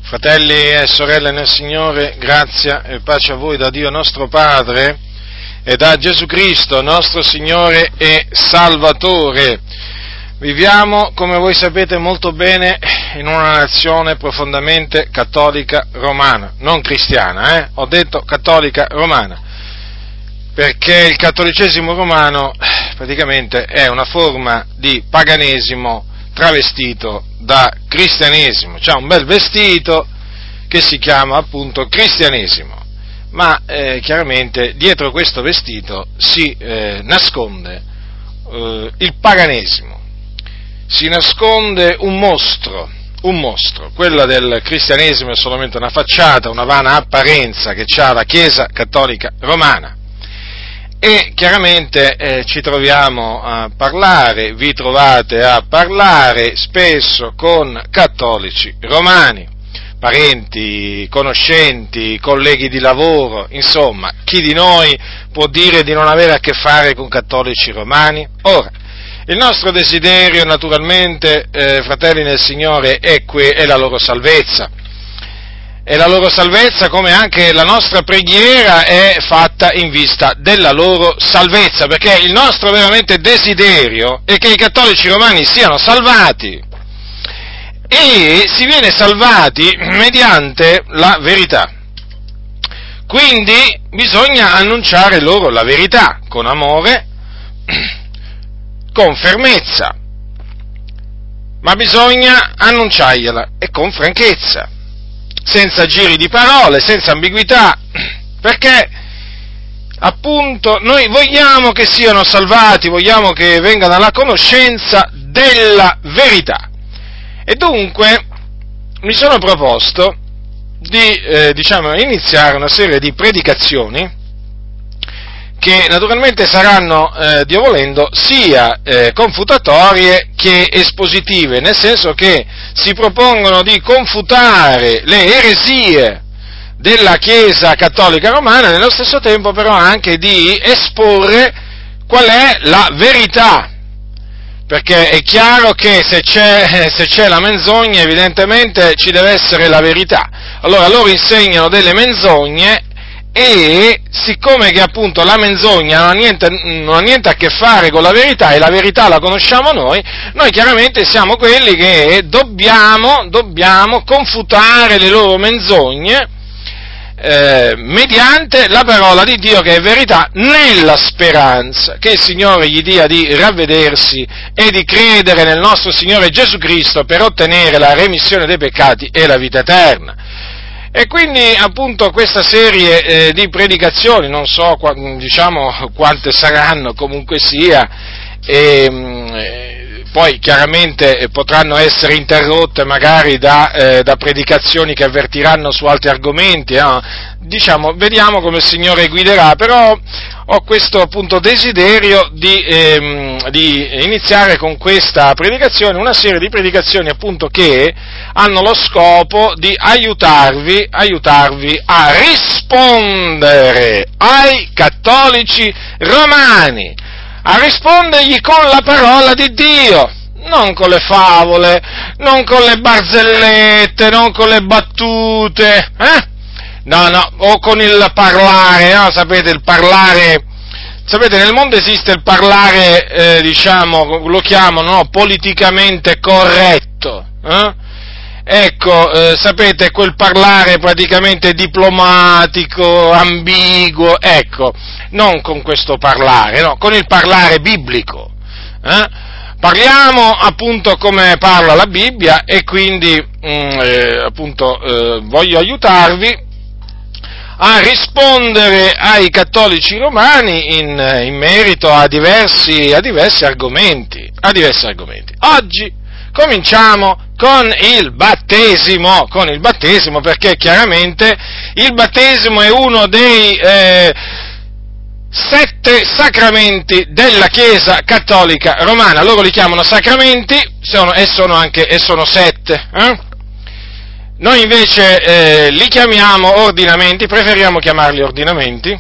Fratelli e sorelle nel Signore, grazia e pace a voi da Dio nostro Padre e da Gesù Cristo, nostro Signore e Salvatore. Viviamo, come voi sapete molto bene, in una nazione profondamente cattolica romana, non cristiana, ho detto cattolica romana, perché il cattolicesimo romano praticamente è una forma di paganesimo travestito da cristianesimo. C'ha un bel vestito che si chiama appunto cristianesimo, ma chiaramente dietro questo vestito si nasconde il paganesimo, si nasconde un mostro. Quella del cristianesimo è solamente una facciata, una vana apparenza che ha la Chiesa cattolica romana. E chiaramente ci troviamo a parlare, vi trovate a parlare spesso con cattolici romani, parenti, conoscenti, colleghi di lavoro, insomma, chi di noi può dire di non avere a che fare con cattolici romani? Ora, il nostro desiderio naturalmente, fratelli nel Signore, è la loro salvezza. E la loro salvezza, come anche la nostra preghiera, è fatta in vista della loro salvezza, perché il nostro veramente desiderio è che i cattolici romani siano salvati, e si viene salvati mediante la verità. Quindi bisogna annunciare loro la verità, con amore, con fermezza, ma bisogna annunciargliela e con franchezza, senza giri di parole, senza ambiguità, perché appunto noi vogliamo che siano salvati, vogliamo che vengano alla conoscenza della verità. E dunque mi sono proposto di iniziare una serie di predicazioni che naturalmente saranno, Dio volendo, sia confutatorie che espositive, nel senso che si propongono di confutare le eresie della Chiesa cattolica romana, nello stesso tempo però anche di esporre qual è la verità, perché è chiaro che se c'è la menzogna evidentemente ci deve essere la verità. Allora loro insegnano delle menzogne, e siccome che appunto la menzogna non ha niente a che fare con la verità, e la verità la conosciamo noi chiaramente siamo quelli che dobbiamo confutare le loro menzogne mediante la parola di Dio, che è verità, nella speranza che il Signore gli dia di ravvedersi e di credere nel nostro Signore Gesù Cristo per ottenere la remissione dei peccati e la vita eterna. E quindi appunto questa serie di predicazioni, non so quante saranno, comunque sia, poi chiaramente potranno essere interrotte magari da predicazioni che avvertiranno su altri argomenti, vediamo come il Signore guiderà, però ho questo appunto desiderio di iniziare con questa predicazione, una serie di predicazioni appunto che hanno lo scopo di aiutarvi a rispondere ai cattolici romani, a rispondergli con la parola di Dio, non con le favole, non con le barzellette, non con le battute, o con il parlare, sapete, il parlare, nel mondo esiste il parlare, lo chiamano, politicamente corretto, Ecco, sapete, quel parlare praticamente diplomatico, ambiguo, ecco, non con questo parlare, no, con il parlare biblico, Parliamo appunto come parla la Bibbia, e quindi voglio aiutarvi a rispondere ai cattolici romani in merito a diversi argomenti. Oggi cominciamo con il battesimo, perché chiaramente il battesimo è uno dei 7 sacramenti della Chiesa cattolica romana. Loro li chiamano sacramenti, sono 7. Noi invece li chiamiamo ordinamenti, preferiamo chiamarli ordinamenti,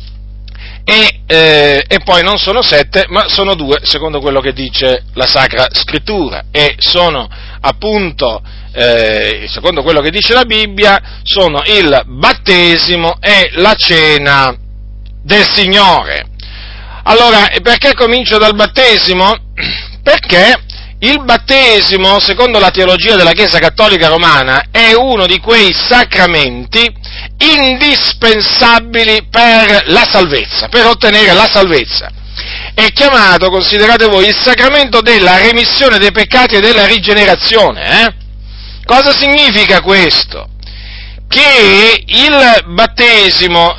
e poi non sono 7, ma sono 2, secondo quello che dice la Sacra Scrittura, e sono appunto, secondo quello che dice la Bibbia, sono il battesimo e la cena del Signore. Allora, perché comincio dal battesimo? Perché il battesimo, secondo la teologia della Chiesa Cattolica Romana, è uno di quei sacramenti indispensabili per la salvezza, per ottenere la salvezza. È chiamato, considerate voi, il sacramento della remissione dei peccati e della rigenerazione. Cosa significa questo? Che il battesimo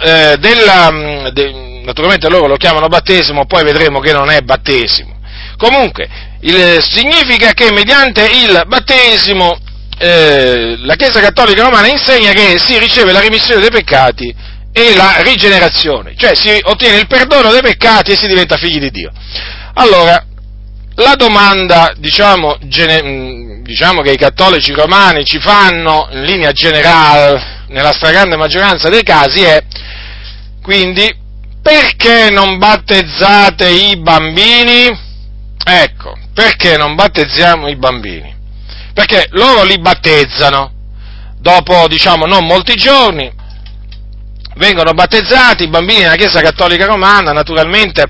naturalmente loro lo chiamano battesimo, poi vedremo che non è battesimo. Comunque, significa che mediante il battesimo la Chiesa Cattolica Romana insegna che si riceve la remissione dei peccati e la rigenerazione, cioè si ottiene il perdono dei peccati e si diventa figli di Dio. Allora, la domanda, diciamo che i cattolici romani ci fanno in linea generale, nella stragrande maggioranza dei casi, è quindi: perché non battezzate i bambini? Ecco, perché non battezziamo i bambini? Perché loro li battezzano, dopo, non molti giorni, vengono battezzati i bambini nella Chiesa Cattolica Romana, naturalmente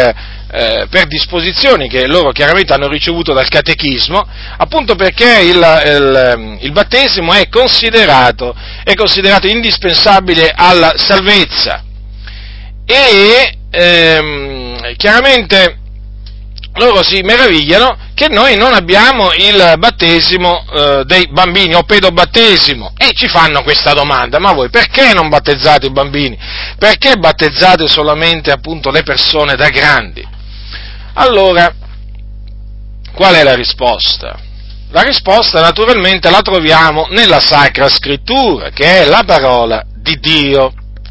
per disposizioni che loro chiaramente hanno ricevuto dal catechismo, appunto perché il battesimo è considerato indispensabile alla salvezza. E chiaramente loro si meravigliano che noi non abbiamo il battesimo dei bambini o pedobattesimo, e ci fanno questa domanda: ma voi perché non battezzate i bambini? Perché battezzate solamente appunto le persone da grandi? Allora, qual è la risposta? La risposta naturalmente la troviamo nella Sacra Scrittura, che è la parola di Dio.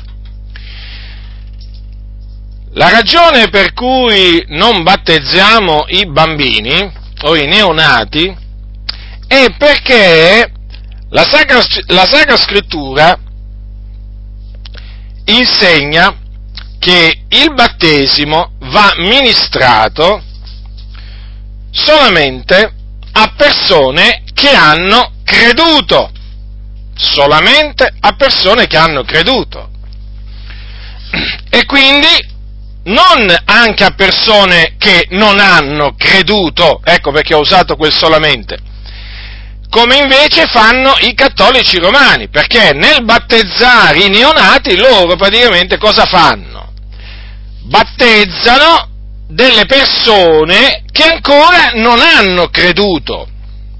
La ragione per cui non battezziamo i bambini o i neonati è perché la Sacra Scrittura insegna che il battesimo va ministrato solamente a persone che hanno creduto, solamente a persone che hanno creduto, e quindi non anche a persone che non hanno creduto, ecco perché ho usato quel solamente, come invece fanno i cattolici romani, perché nel battezzare i neonati loro praticamente cosa fanno? Battezzano delle persone che ancora non hanno creduto.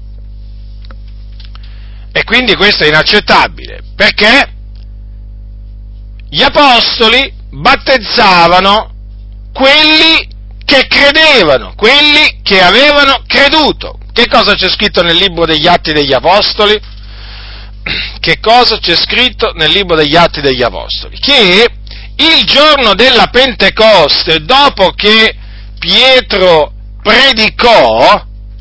E quindi questo è inaccettabile, perché gli apostoli battezzavano quelli che credevano, quelli che avevano creduto. Che cosa c'è scritto nel libro degli Atti degli Apostoli? Che cosa c'è scritto nel libro degli Atti degli Apostoli? Che il giorno della Pentecoste, dopo che Pietro predicò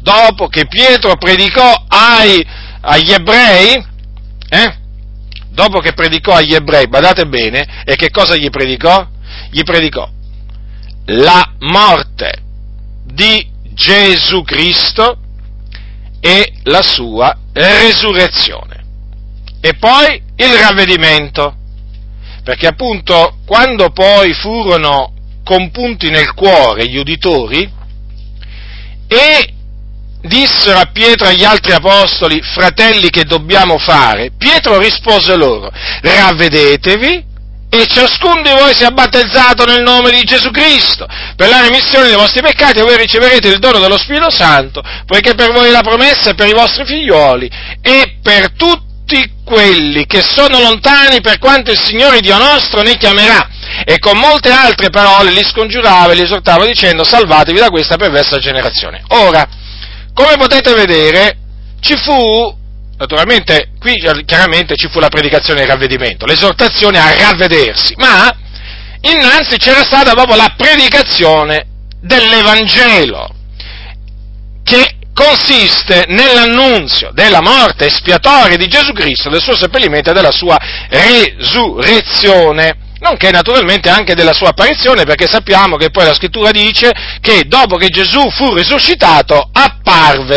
agli ebrei, dopo che predicò agli ebrei, badate bene, e che cosa gli predicò? Gli predicò la morte di Gesù Cristo e la sua resurrezione, e poi il ravvedimento, perché appunto quando poi furono compunti nel cuore gli uditori e dissero a Pietro e agli altri apostoli: fratelli, che dobbiamo fare? Pietro rispose loro: ravvedetevi e ciascuno di voi sia battezzato nel nome di Gesù Cristo per la remissione dei vostri peccati, e voi riceverete il dono dello Spirito Santo, poiché per voi la promessa è per i vostri figlioli e per tutti quelli che sono lontani, per quanto il Signore Dio nostro ne chiamerà. E con molte altre parole li scongiurava e li esortava dicendo: salvatevi da questa perversa generazione. Ora, come potete vedere, naturalmente, qui chiaramente ci fu la predicazione del ravvedimento, l'esortazione a ravvedersi, ma innanzi c'era stata proprio la predicazione dell'Evangelo, che consiste nell'annunzio della morte espiatoria di Gesù Cristo, del suo seppellimento e della sua resurrezione, nonché naturalmente anche della sua apparizione, perché sappiamo che poi la Scrittura dice che dopo che Gesù fu risuscitato apparve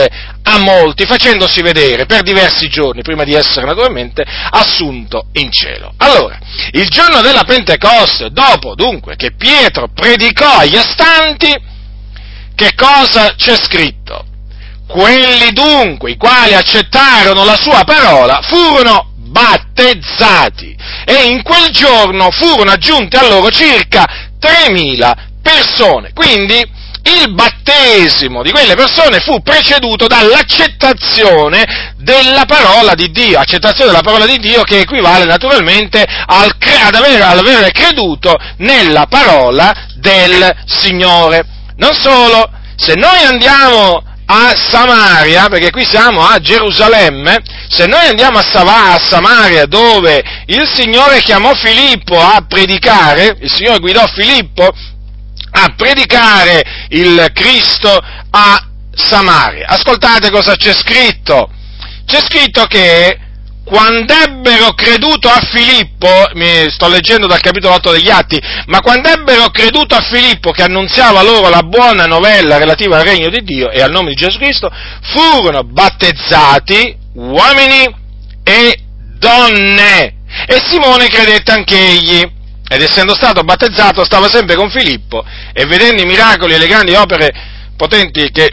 a molti, facendosi vedere per diversi giorni, prima di essere naturalmente assunto in cielo. Allora, il giorno della Pentecoste, dopo dunque che Pietro predicò agli astanti, che cosa c'è scritto? Quelli dunque, i quali accettarono la sua parola, furono battezzati, e in quel giorno furono aggiunte a loro circa 3.000 persone. Quindi il battesimo di quelle persone fu preceduto dall'accettazione della parola di Dio, accettazione della parola di Dio che equivale naturalmente ad avere creduto nella parola del Signore. Non solo, se noi andiamo a Samaria, perché qui siamo a Gerusalemme, se noi andiamo a Samaria dove il Signore chiamò Filippo a predicare, il Signore guidò Filippo a predicare il Cristo a Samaria. Ascoltate cosa c'è scritto. C'è scritto che quando ebbero creduto a Filippo, mi sto leggendo dal capitolo 8 degli Atti, ma quando ebbero creduto a Filippo che annunziava loro la buona novella relativa al regno di Dio e al nome di Gesù Cristo, furono battezzati uomini e donne. E Simone credette anch'egli. Ed essendo stato battezzato stava sempre con Filippo e vedendo i miracoli e le grandi opere potenti che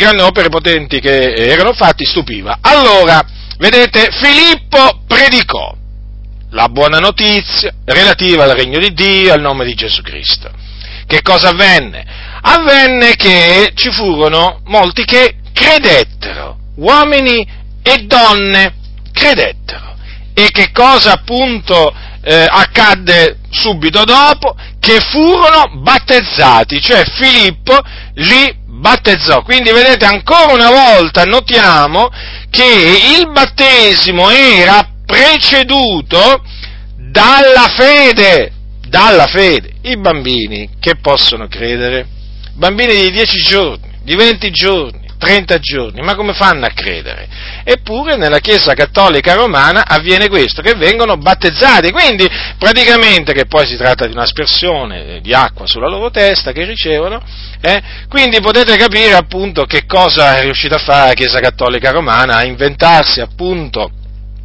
erano fatti stupiva. Allora, vedete, Filippo predicò la buona notizia relativa al regno di Dio, al nome di Gesù Cristo. Che cosa avvenne? Avvenne che ci furono molti che credettero, uomini e donne credettero. E che cosa appunto accadde subito dopo? Che furono battezzati, cioè Filippo li battezzò. Quindi vedete, ancora una volta notiamo che il battesimo era preceduto dalla fede. I bambini che possono credere? Bambini di 10 giorni, di 20 giorni, 30 giorni, ma come fanno a credere? Eppure nella Chiesa Cattolica Romana avviene questo, che vengono battezzati, quindi praticamente, che poi si tratta di un'aspersione di acqua sulla loro testa che ricevono, quindi potete capire appunto che cosa è riuscita a fare la Chiesa Cattolica Romana, a inventarsi appunto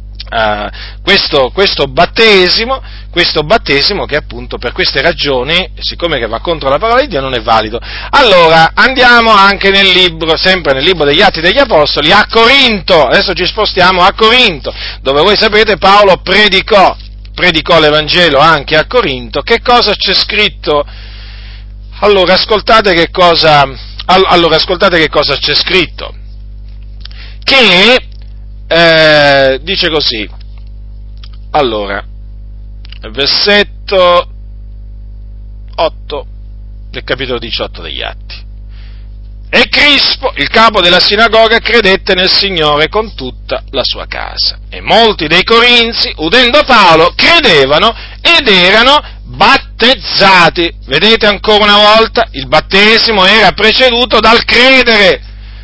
questo battesimo che appunto per queste ragioni, siccome che va contro la parola di Dio, non è valido. Allora, andiamo anche sempre nel libro degli Atti degli Apostoli, a Corinto. Adesso ci spostiamo a Corinto, dove voi sapete Paolo predicò l'Evangelo anche a Corinto. Che cosa c'è scritto? Allora, ascoltate che cosa c'è scritto. Che dice così, allora, versetto 8 del capitolo 18 degli Atti. E Crispo, il capo della sinagoga, credette nel Signore con tutta la sua casa. E molti dei corinzi, udendo Paolo, credevano ed erano battezzati. Vedete ancora una volta, il battesimo era preceduto dal credere,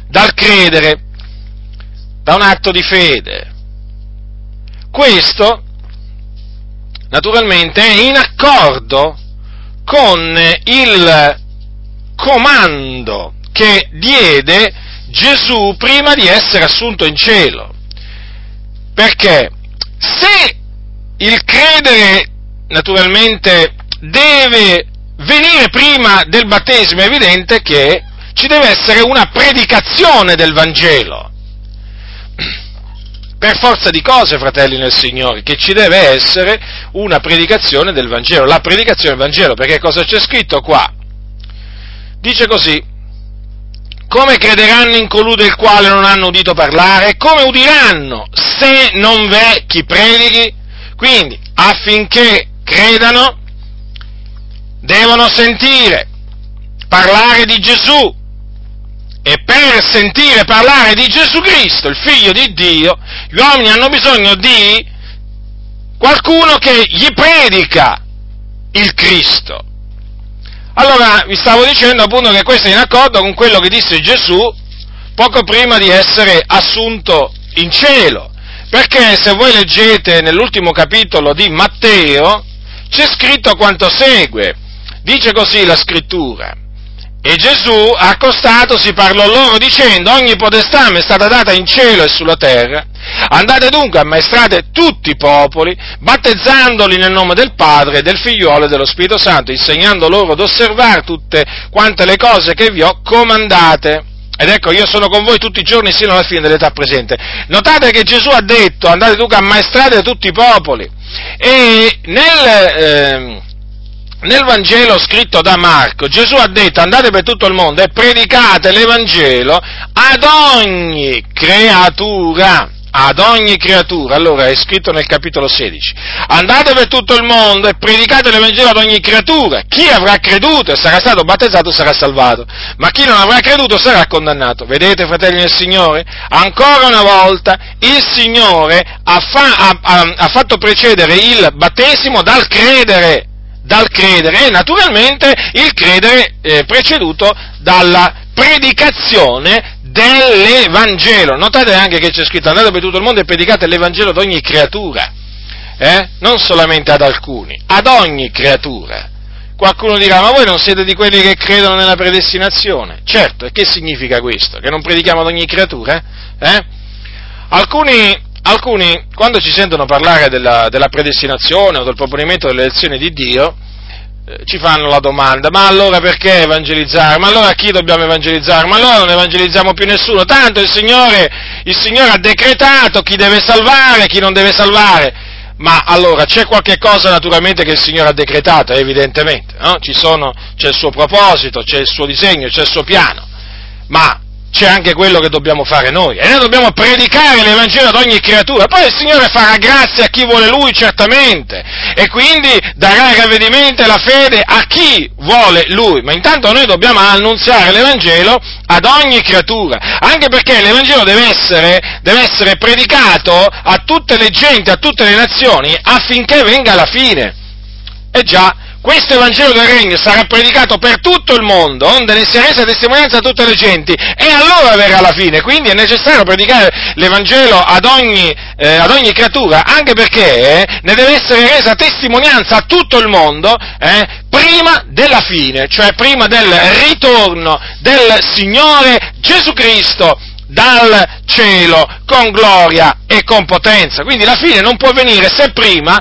da un atto di fede. Questo, naturalmente, è in accordo con il comando che diede Gesù prima di essere assunto in cielo. Perché se il credere, naturalmente, deve venire prima del battesimo, è evidente che ci deve essere una predicazione del Vangelo. Per forza di cose, fratelli nel Signore, che ci deve essere una predicazione del Vangelo, la predicazione del Vangelo, perché cosa c'è scritto qua? Dice così: come crederanno in colui del quale non hanno udito parlare? Come udiranno se non v'è chi predichi? Quindi, affinché credano, devono sentire parlare di Gesù. E per sentire parlare di Gesù Cristo, il Figlio di Dio, gli uomini hanno bisogno di qualcuno che gli predica il Cristo. Allora, vi stavo dicendo appunto che questo è in accordo con quello che disse Gesù poco prima di essere assunto in cielo. Perché se voi leggete nell'ultimo capitolo di Matteo, c'è scritto quanto segue. Dice così la Scrittura: E Gesù, accostatosi, parlò loro dicendo: ogni potestà mi è stata data in cielo e sulla terra. Andate dunque, ammaestrate tutti i popoli, battezzandoli nel nome del Padre, del Figliolo e dello Spirito Santo, insegnando loro ad osservare tutte quante le cose che vi ho comandate. Ed ecco, io sono con voi tutti i giorni sino alla fine dell'età presente. Notate che Gesù ha detto: andate dunque, ammaestrate tutti i popoli. E nel Vangelo scritto da Marco, Gesù ha detto: andate per tutto il mondo e predicate l'Evangelo ad ogni creatura. Ad ogni creatura, allora è scritto nel capitolo 16, andate per tutto il mondo e predicate l'Evangelo ad ogni creatura, chi avrà creduto e sarà stato battezzato sarà salvato, ma chi non avrà creduto sarà condannato. Vedete, fratelli del Signore, ancora una volta il Signore ha fatto precedere il battesimo dal credere e naturalmente il credere preceduto dalla predicazione dell'Evangelo. Notate anche che c'è scritto: andate per tutto il mondo e predicate l'Evangelo ad ogni creatura, non solamente ad alcuni, ad ogni creatura. Qualcuno dirà: ma voi non siete di quelli che credono nella predestinazione? Certo, e che significa questo? Che non predichiamo ad ogni creatura? Alcuni, quando ci sentono parlare della predestinazione o del proponimento dell'elezione di Dio, ci fanno la domanda: ma allora perché evangelizzare? Ma allora a chi dobbiamo evangelizzare? Ma allora non evangelizziamo più nessuno, tanto il Signore ha decretato chi deve salvare e chi non deve salvare. Ma allora c'è qualche cosa naturalmente che il Signore ha decretato, evidentemente, no? C'è il suo proposito, c'è il suo disegno, c'è il suo piano, ma c'è anche quello che dobbiamo fare noi, e noi dobbiamo predicare l'Evangelo ad ogni creatura. Poi il Signore farà grazia a chi vuole Lui, certamente, e quindi darà il ravvedimento e la fede a chi vuole Lui, ma intanto noi dobbiamo annunziare l'Evangelo ad ogni creatura, anche perché l'Evangelo deve essere predicato a tutte le genti, a tutte le nazioni, affinché venga la fine. E già, questo Evangelo del Regno sarà predicato per tutto il mondo, onde ne sia resa testimonianza a tutte le genti, e allora verrà la fine. Quindi è necessario predicare l'Evangelo ad ogni creatura, anche perché ne deve essere resa testimonianza a tutto il mondo, prima della fine, cioè prima del ritorno del Signore Gesù Cristo dal cielo con gloria e con potenza. Quindi la fine non può venire se prima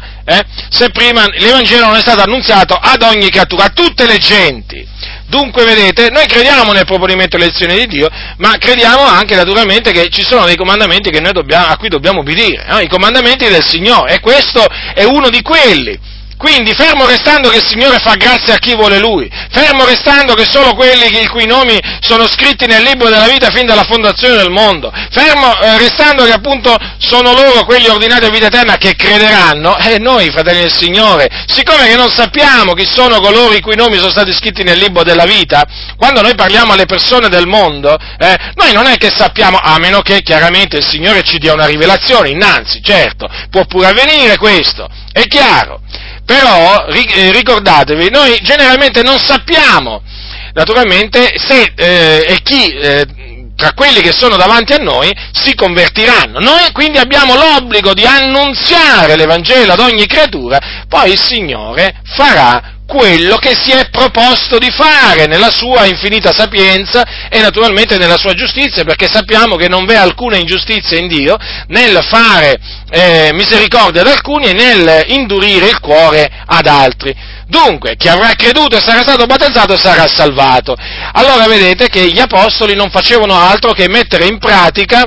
l'Evangelo non è stato annunziato ad ogni creatura, a tutte le genti. Dunque, vedete, noi crediamo nel proponimento dell'elezione di Dio, ma crediamo anche naturalmente che ci sono dei comandamenti che a cui dobbiamo ubbidire, no? I comandamenti del Signore, e questo è uno di quelli. Quindi, fermo restando che il Signore fa grazia a chi vuole Lui, fermo restando che solo quelli i cui nomi sono scritti nel libro della vita fin dalla fondazione del mondo, fermo restando che appunto sono loro quelli ordinati a vita eterna che crederanno, e noi, fratelli del Signore, siccome che non sappiamo chi sono coloro i cui nomi sono stati scritti nel libro della vita, quando noi parliamo alle persone del mondo, noi non è che sappiamo, a meno che chiaramente il Signore ci dia una rivelazione innanzi, certo, può pure avvenire questo, è chiaro. Però ricordatevi, noi generalmente non sappiamo, naturalmente, se e chi tra quelli che sono davanti a noi si convertiranno. Noi quindi abbiamo l'obbligo di annunziare l'Evangelo ad ogni creatura, poi il Signore farà quello che si è proposto di fare nella sua infinita sapienza e naturalmente nella sua giustizia, perché sappiamo che non v'è alcuna ingiustizia in Dio nel fare misericordia ad alcuni e nel indurire il cuore ad altri. Dunque, chi avrà creduto e sarà stato battezzato sarà salvato. Allora vedete che gli apostoli non facevano altro che mettere in pratica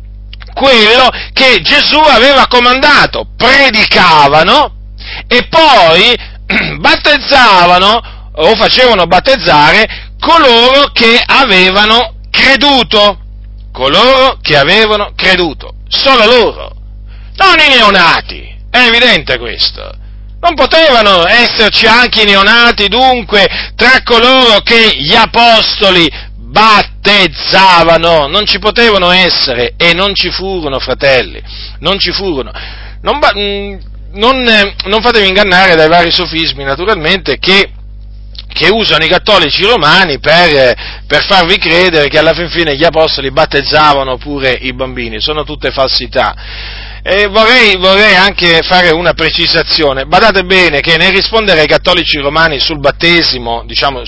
quello che Gesù aveva comandato, predicavano e poi battezzavano o facevano battezzare coloro che avevano creduto, solo loro, non i neonati, è evidente questo. Non potevano esserci anche i neonati, dunque, tra coloro che gli apostoli battezzavano, non ci potevano essere, e non ci furono, fratelli, non ci furono. Non fatevi ingannare dai vari sofismi, naturalmente, che usano i cattolici romani per farvi credere che alla fin fine gli apostoli battezzavano pure i bambini. Sono tutte falsità. Vorrei anche fare una precisazione. Badate bene che nel rispondere ai cattolici romani sul battesimo,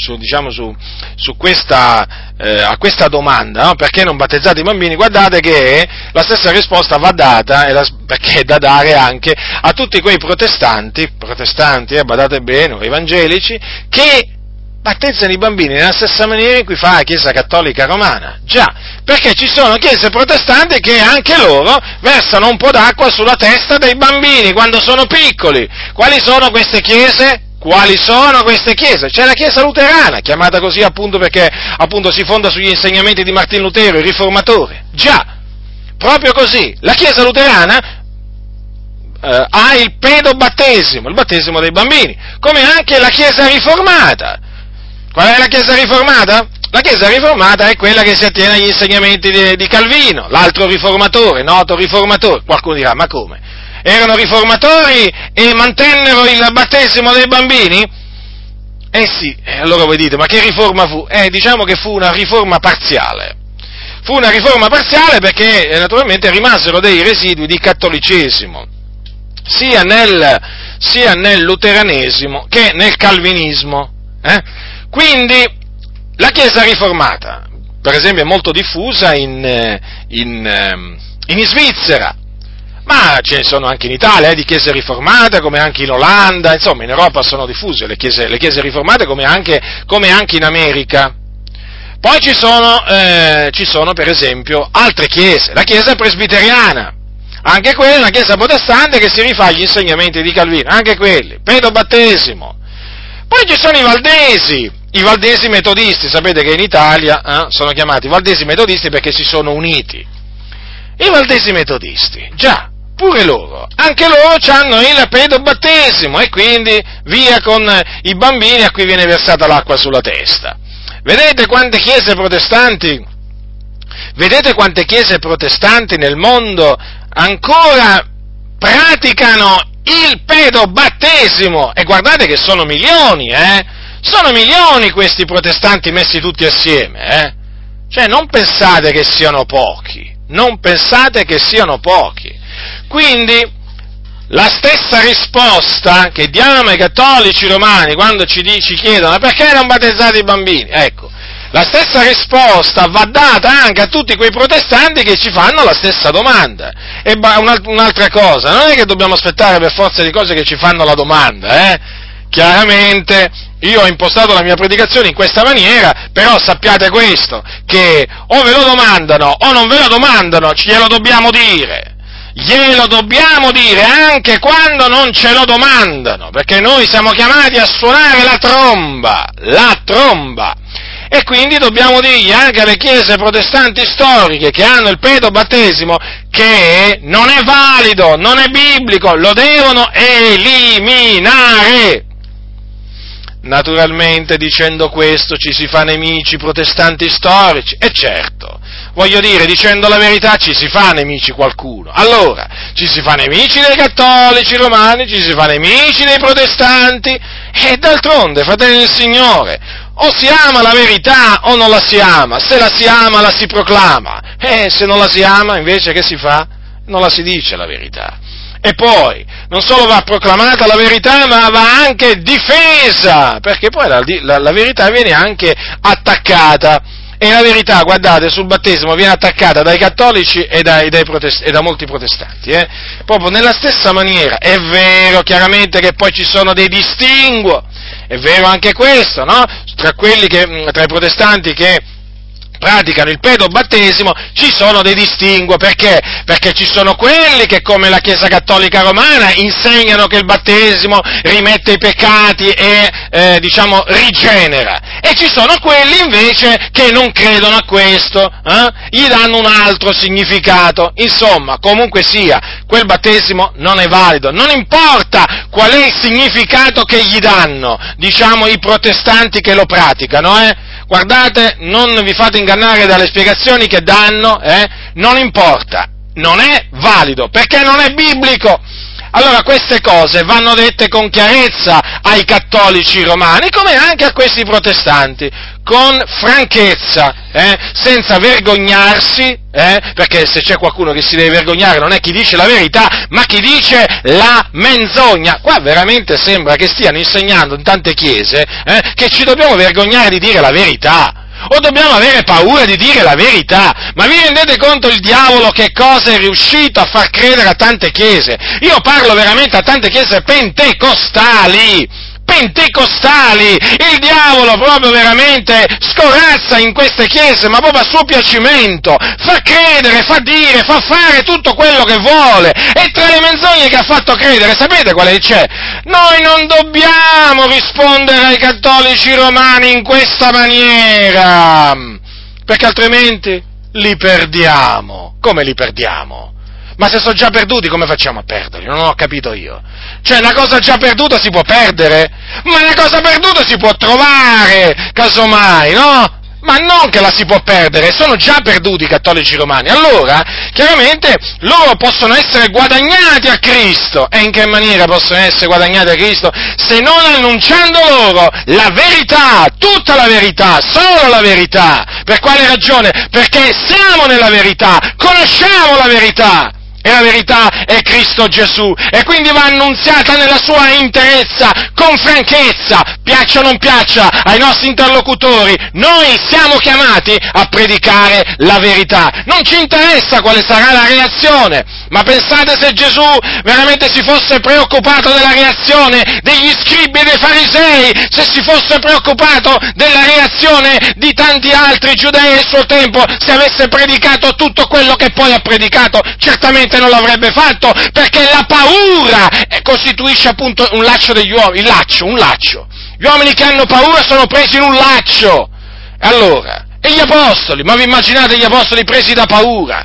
su questa, a questa domanda, no? Perché non battezzate i bambini, guardate che la stessa risposta va data, perché è da dare anche a tutti quei protestanti, badate bene, o evangelici, che battezzano i bambini nella stessa maniera in cui fa la Chiesa Cattolica Romana. Già, perché ci sono chiese protestanti che anche loro versano un po' d'acqua sulla testa dei bambini quando sono piccoli. Quali sono queste chiese? C'è la Chiesa Luterana, chiamata così appunto perché appunto si fonda sugli insegnamenti di Martin Lutero, il riformatore. Già, proprio così. La Chiesa Luterana ha il pedobattesimo, il battesimo dei bambini, come anche la Chiesa Riformata. Qual è la Chiesa Riformata? La Chiesa Riformata è quella che si attiene agli insegnamenti di Calvino, l'altro riformatore, noto riformatore. Qualcuno dirà, ma come? Erano riformatori e mantennero il battesimo dei bambini? Sì, allora voi dite, ma che riforma fu? Diciamo che fu una riforma parziale. Fu una riforma parziale perché naturalmente rimasero dei residui di cattolicesimo, sia nel luteranesimo che nel calvinismo. Quindi la Chiesa riformata, per esempio, è molto diffusa in Svizzera, ma ce ne sono anche in Italia di chiese riformate, come anche in Olanda, insomma in Europa sono diffuse le chiese riformate come anche in America. Poi ci sono per esempio altre chiese, la Chiesa presbiteriana, anche quella è una chiesa protestante che si rifà agli insegnamenti di Calvino, anche quelli, pedobattesimo. Poi ci sono i valdesi metodisti, sapete che in Italia sono chiamati valdesi metodisti perché si sono uniti. I valdesi metodisti, già, pure loro, anche loro hanno il pedobattesimo e quindi via con i bambini a cui viene versata l'acqua sulla testa. Vedete quante chiese protestanti nel mondo ancora praticano il pedobattesimo, e guardate che sono milioni, sono milioni questi protestanti messi tutti assieme, cioè non pensate che siano pochi, quindi la stessa risposta che diamo ai cattolici romani quando ci chiedono perché non battezzate i bambini, ecco, la stessa risposta va data anche a tutti quei protestanti che ci fanno la stessa domanda. E un'altra cosa, non è che dobbiamo aspettare per forza di cose che ci fanno la domanda, Chiaramente io ho impostato la mia predicazione in questa maniera, però sappiate questo, che o ve lo domandano o non ve lo domandano, glielo dobbiamo dire anche quando non ce lo domandano, perché noi siamo chiamati a suonare la tromba. E quindi dobbiamo dirgli anche alle chiese protestanti storiche che hanno il pedobattesimo che non è valido, non è biblico, lo devono eliminare. Naturalmente dicendo questo ci si fa nemici protestanti storici, e certo, voglio dire, dicendo la verità ci si fa nemici qualcuno. Allora, ci si fa nemici dei cattolici romani, ci si fa nemici dei protestanti, e d'altronde, fratelli del Signore, o si ama la verità o non la si ama, se la si ama la si proclama, se non la si ama invece che si fa? Non la si dice la verità. E poi, non solo va proclamata la verità, ma va anche difesa, perché poi la verità viene anche attaccata, e la verità, guardate, sul battesimo viene attaccata dai cattolici e da molti protestanti, proprio nella stessa maniera. È vero chiaramente che poi ci sono dei distinguo, è vero anche questo, no? Tra i protestanti che praticano il pedobattesimo ci sono dei distinguo, perché? Perché ci sono quelli che, come la Chiesa Cattolica Romana, insegnano che il battesimo rimette i peccati e, rigenera, e ci sono quelli invece che non credono a questo, gli danno un altro significato. Insomma, comunque sia, quel battesimo non è valido, non importa qual è il significato che gli danno, i protestanti che lo praticano, Guardate, non vi fate ingannare dalle spiegazioni che danno, non importa, non è valido, perché non è biblico. Allora queste cose vanno dette con chiarezza ai cattolici romani, come anche a questi protestanti, con franchezza, senza vergognarsi, perché se c'è qualcuno che si deve vergognare non è chi dice la verità, ma chi dice la menzogna. Qua veramente sembra che stiano insegnando in tante chiese che ci dobbiamo vergognare di dire la verità, o dobbiamo avere paura di dire la verità. Ma vi rendete conto il diavolo che cosa è riuscito a far credere a tante chiese? Io parlo veramente a tante chiese pentecostali, il diavolo proprio veramente scorazza in queste chiese, ma proprio a suo piacimento, fa credere, fa dire, fa fare tutto quello che vuole, e tra le menzogne che ha fatto credere, sapete quale c'è? Noi non dobbiamo rispondere ai cattolici romani in questa maniera, perché altrimenti li perdiamo. Come li perdiamo? Ma se sono già perduti, come facciamo a perderli? Non ho capito io. Cioè, una cosa già perduta si può perdere? Ma una cosa perduta si può trovare, casomai, no? Ma non che la si può perdere, sono già perduti i cattolici romani. Allora, chiaramente, loro possono essere guadagnati a Cristo. E in che maniera possono essere guadagnati a Cristo? Se non annunciando loro la verità, tutta la verità, solo la verità. Per quale ragione? Perché siamo nella verità, conosciamo la verità. E la verità è Cristo Gesù, e quindi va annunziata nella sua interezza, con franchezza, piaccia o non piaccia ai nostri interlocutori. Noi siamo chiamati a predicare la verità, non ci interessa quale sarà la reazione, ma pensate se Gesù veramente si fosse preoccupato della reazione degli scribi e dei farisei, se si fosse preoccupato della reazione di tanti altri giudei del suo tempo, se avesse predicato tutto quello che poi ha predicato, certamente non l'avrebbe fatto, perché la paura costituisce appunto un laccio degli uomini, un laccio. Gli uomini che hanno paura sono presi in un laccio. Allora, e gli apostoli? Ma vi immaginate gli apostoli presi da paura?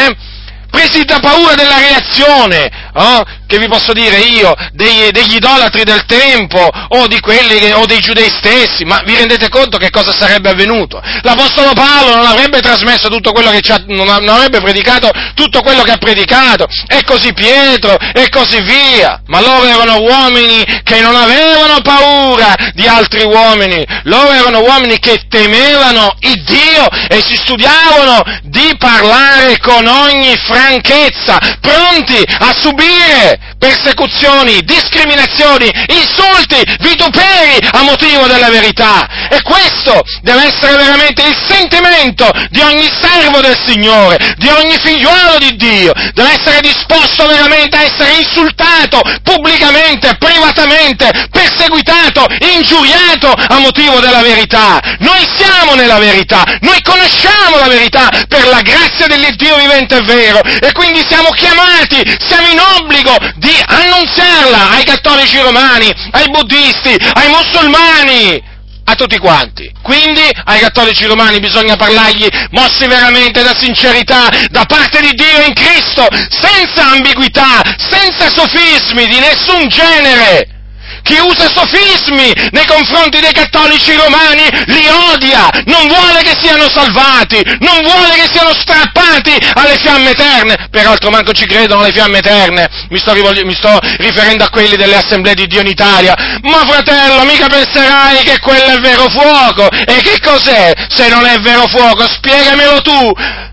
Presi da paura della reazione, che vi posso dire io, degli idolatri del tempo, o di quelli o dei giudei stessi, ma vi rendete conto che cosa sarebbe avvenuto? L'apostolo Paolo non avrebbe trasmesso tutto quello che non avrebbe predicato tutto quello che ha predicato, e così Pietro, e così via, ma loro erano uomini che non avevano paura di altri uomini, loro erano uomini che temevano il Dio e si studiavano di parlare con ogni franchezza, pronti a subire persecuzioni, discriminazioni, insulti, vituperi a motivo della verità. E questo deve essere veramente il sentimento di ogni servo del Signore, di ogni figliuolo di Dio. Deve essere disposto veramente a essere insultato pubblicamente, privatamente, perseguitato, ingiuriato a motivo della verità. Noi siamo nella verità, noi conosciamo la verità per la grazia dell'Iddio vivente e vero, e quindi siamo chiamati, siamo in obbligo di annunziarla ai cattolici romani, ai buddisti, ai musulmani, a tutti quanti. Quindi ai cattolici romani bisogna parlargli mossi veramente da sincerità, da parte di Dio in Cristo, senza ambiguità, senza sofismi di nessun genere. Chi usa sofismi nei confronti dei cattolici romani li odia, non vuole che siano salvati, non vuole che siano strappati alle fiamme eterne. Peraltro manco ci credono alle fiamme eterne, mi sto riferendo a quelli delle assemblee di Dio in Italia. Ma fratello, mica penserai che quello è vero fuoco? E che cos'è se non è vero fuoco? Spiegamelo tu!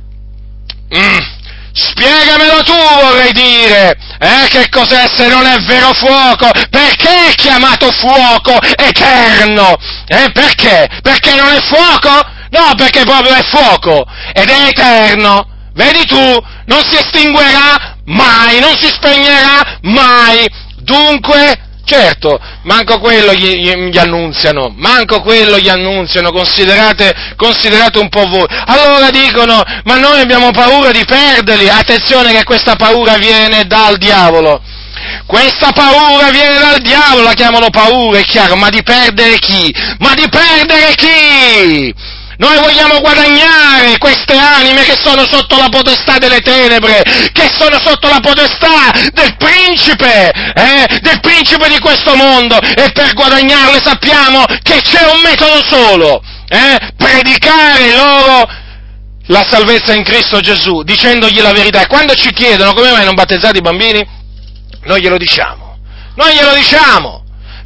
Spiegamelo tu, vorrei dire, che cos'è se non è vero fuoco? Perché è chiamato fuoco eterno? Perché? Perché non è fuoco? No, perché proprio è fuoco, ed è eterno. Vedi tu, non si estinguerà mai, non si spegnerà mai. Dunque, certo, manco quello gli annunziano, considerate un po' voi. Allora dicono, ma noi abbiamo paura di perderli. Attenzione che questa paura viene dal diavolo. Questa paura viene dal diavolo, la chiamano paura, è chiaro, ma di perdere chi? Ma di perdere chi? Noi vogliamo guadagnare queste anime che sono sotto la potestà delle tenebre, che sono sotto la potestà del principe di questo mondo, e per guadagnarle sappiamo che c'è un metodo solo, predicare loro la salvezza in Cristo Gesù, dicendogli la verità. E quando ci chiedono come mai non battezzate i bambini, noi glielo diciamo,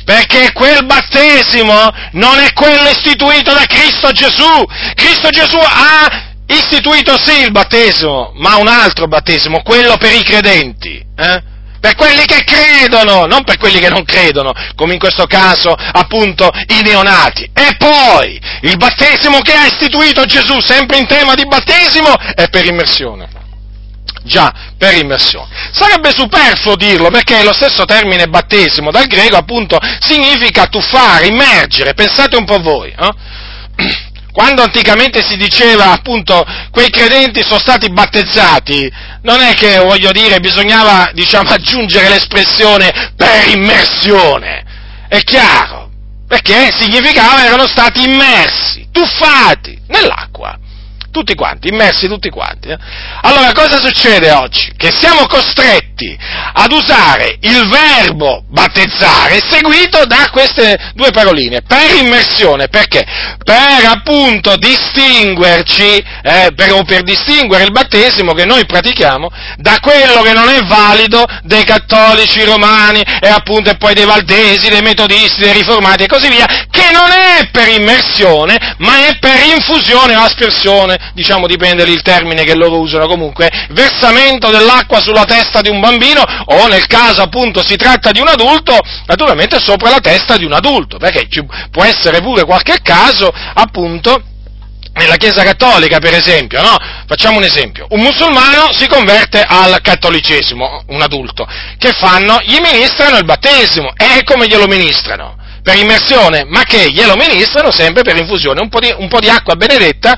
Perché quel battesimo non è quello istituito da Cristo Gesù. Cristo Gesù ha istituito sì il battesimo, ma un altro battesimo, quello per i credenti, per quelli che credono, non per quelli che non credono, come in questo caso appunto i neonati. E poi il battesimo che ha istituito Gesù, sempre in tema di battesimo, è per immersione. Già, per immersione. Sarebbe superfluo dirlo, perché lo stesso termine battesimo, dal greco appunto, significa tuffare, immergere. Pensate un po' voi, Quando anticamente si diceva appunto quei credenti sono stati battezzati, non è che, voglio dire, bisognava, aggiungere l'espressione per immersione. È chiaro, perché significava erano stati immersi, tuffati nell'acqua. Tutti quanti, immersi tutti quanti. Allora, cosa succede oggi? Che siamo costretti ad usare il verbo battezzare seguito da queste due paroline, per immersione, perché? Per appunto distinguerci, per distinguere il battesimo che noi pratichiamo da quello che non è valido dei cattolici romani e appunto e poi dei valdesi, dei metodisti, dei riformati e così via, che non è per immersione, ma è per infusione o aspersione, dipende il termine che loro usano, comunque, versamento dell'acqua sulla testa di un bambino, o nel caso appunto si tratta di un adulto, naturalmente sopra la testa di un adulto, perché può essere pure qualche caso, appunto, nella Chiesa Cattolica, per esempio, no? Facciamo un esempio. Un musulmano si converte al cattolicesimo, un adulto. Che fanno? Gli ministrano il battesimo. E come glielo ministrano? Per immersione, ma che glielo ministrano sempre per infusione, un po' di acqua benedetta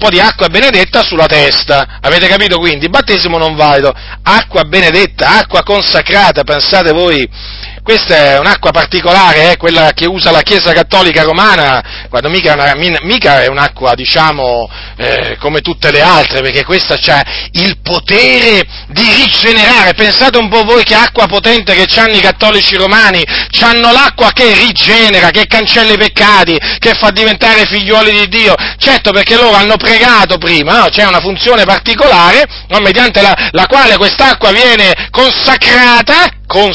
sulla testa. Avete capito quindi? Il battesimo non valido, acqua benedetta, acqua consacrata, pensate voi. Questa è un'acqua particolare, quella che usa la Chiesa Cattolica Romana, quando mica è un'acqua, come tutte le altre, perché questa c'ha il potere di rigenerare. Pensate un po' voi che acqua potente che c'hanno i cattolici romani, c'hanno l'acqua che rigenera, che cancella i peccati, che fa diventare figliuoli di Dio. Certo, perché loro hanno pregato prima, no? C'è una funzione particolare, no? Mediante la quale quest'acqua viene consacrata,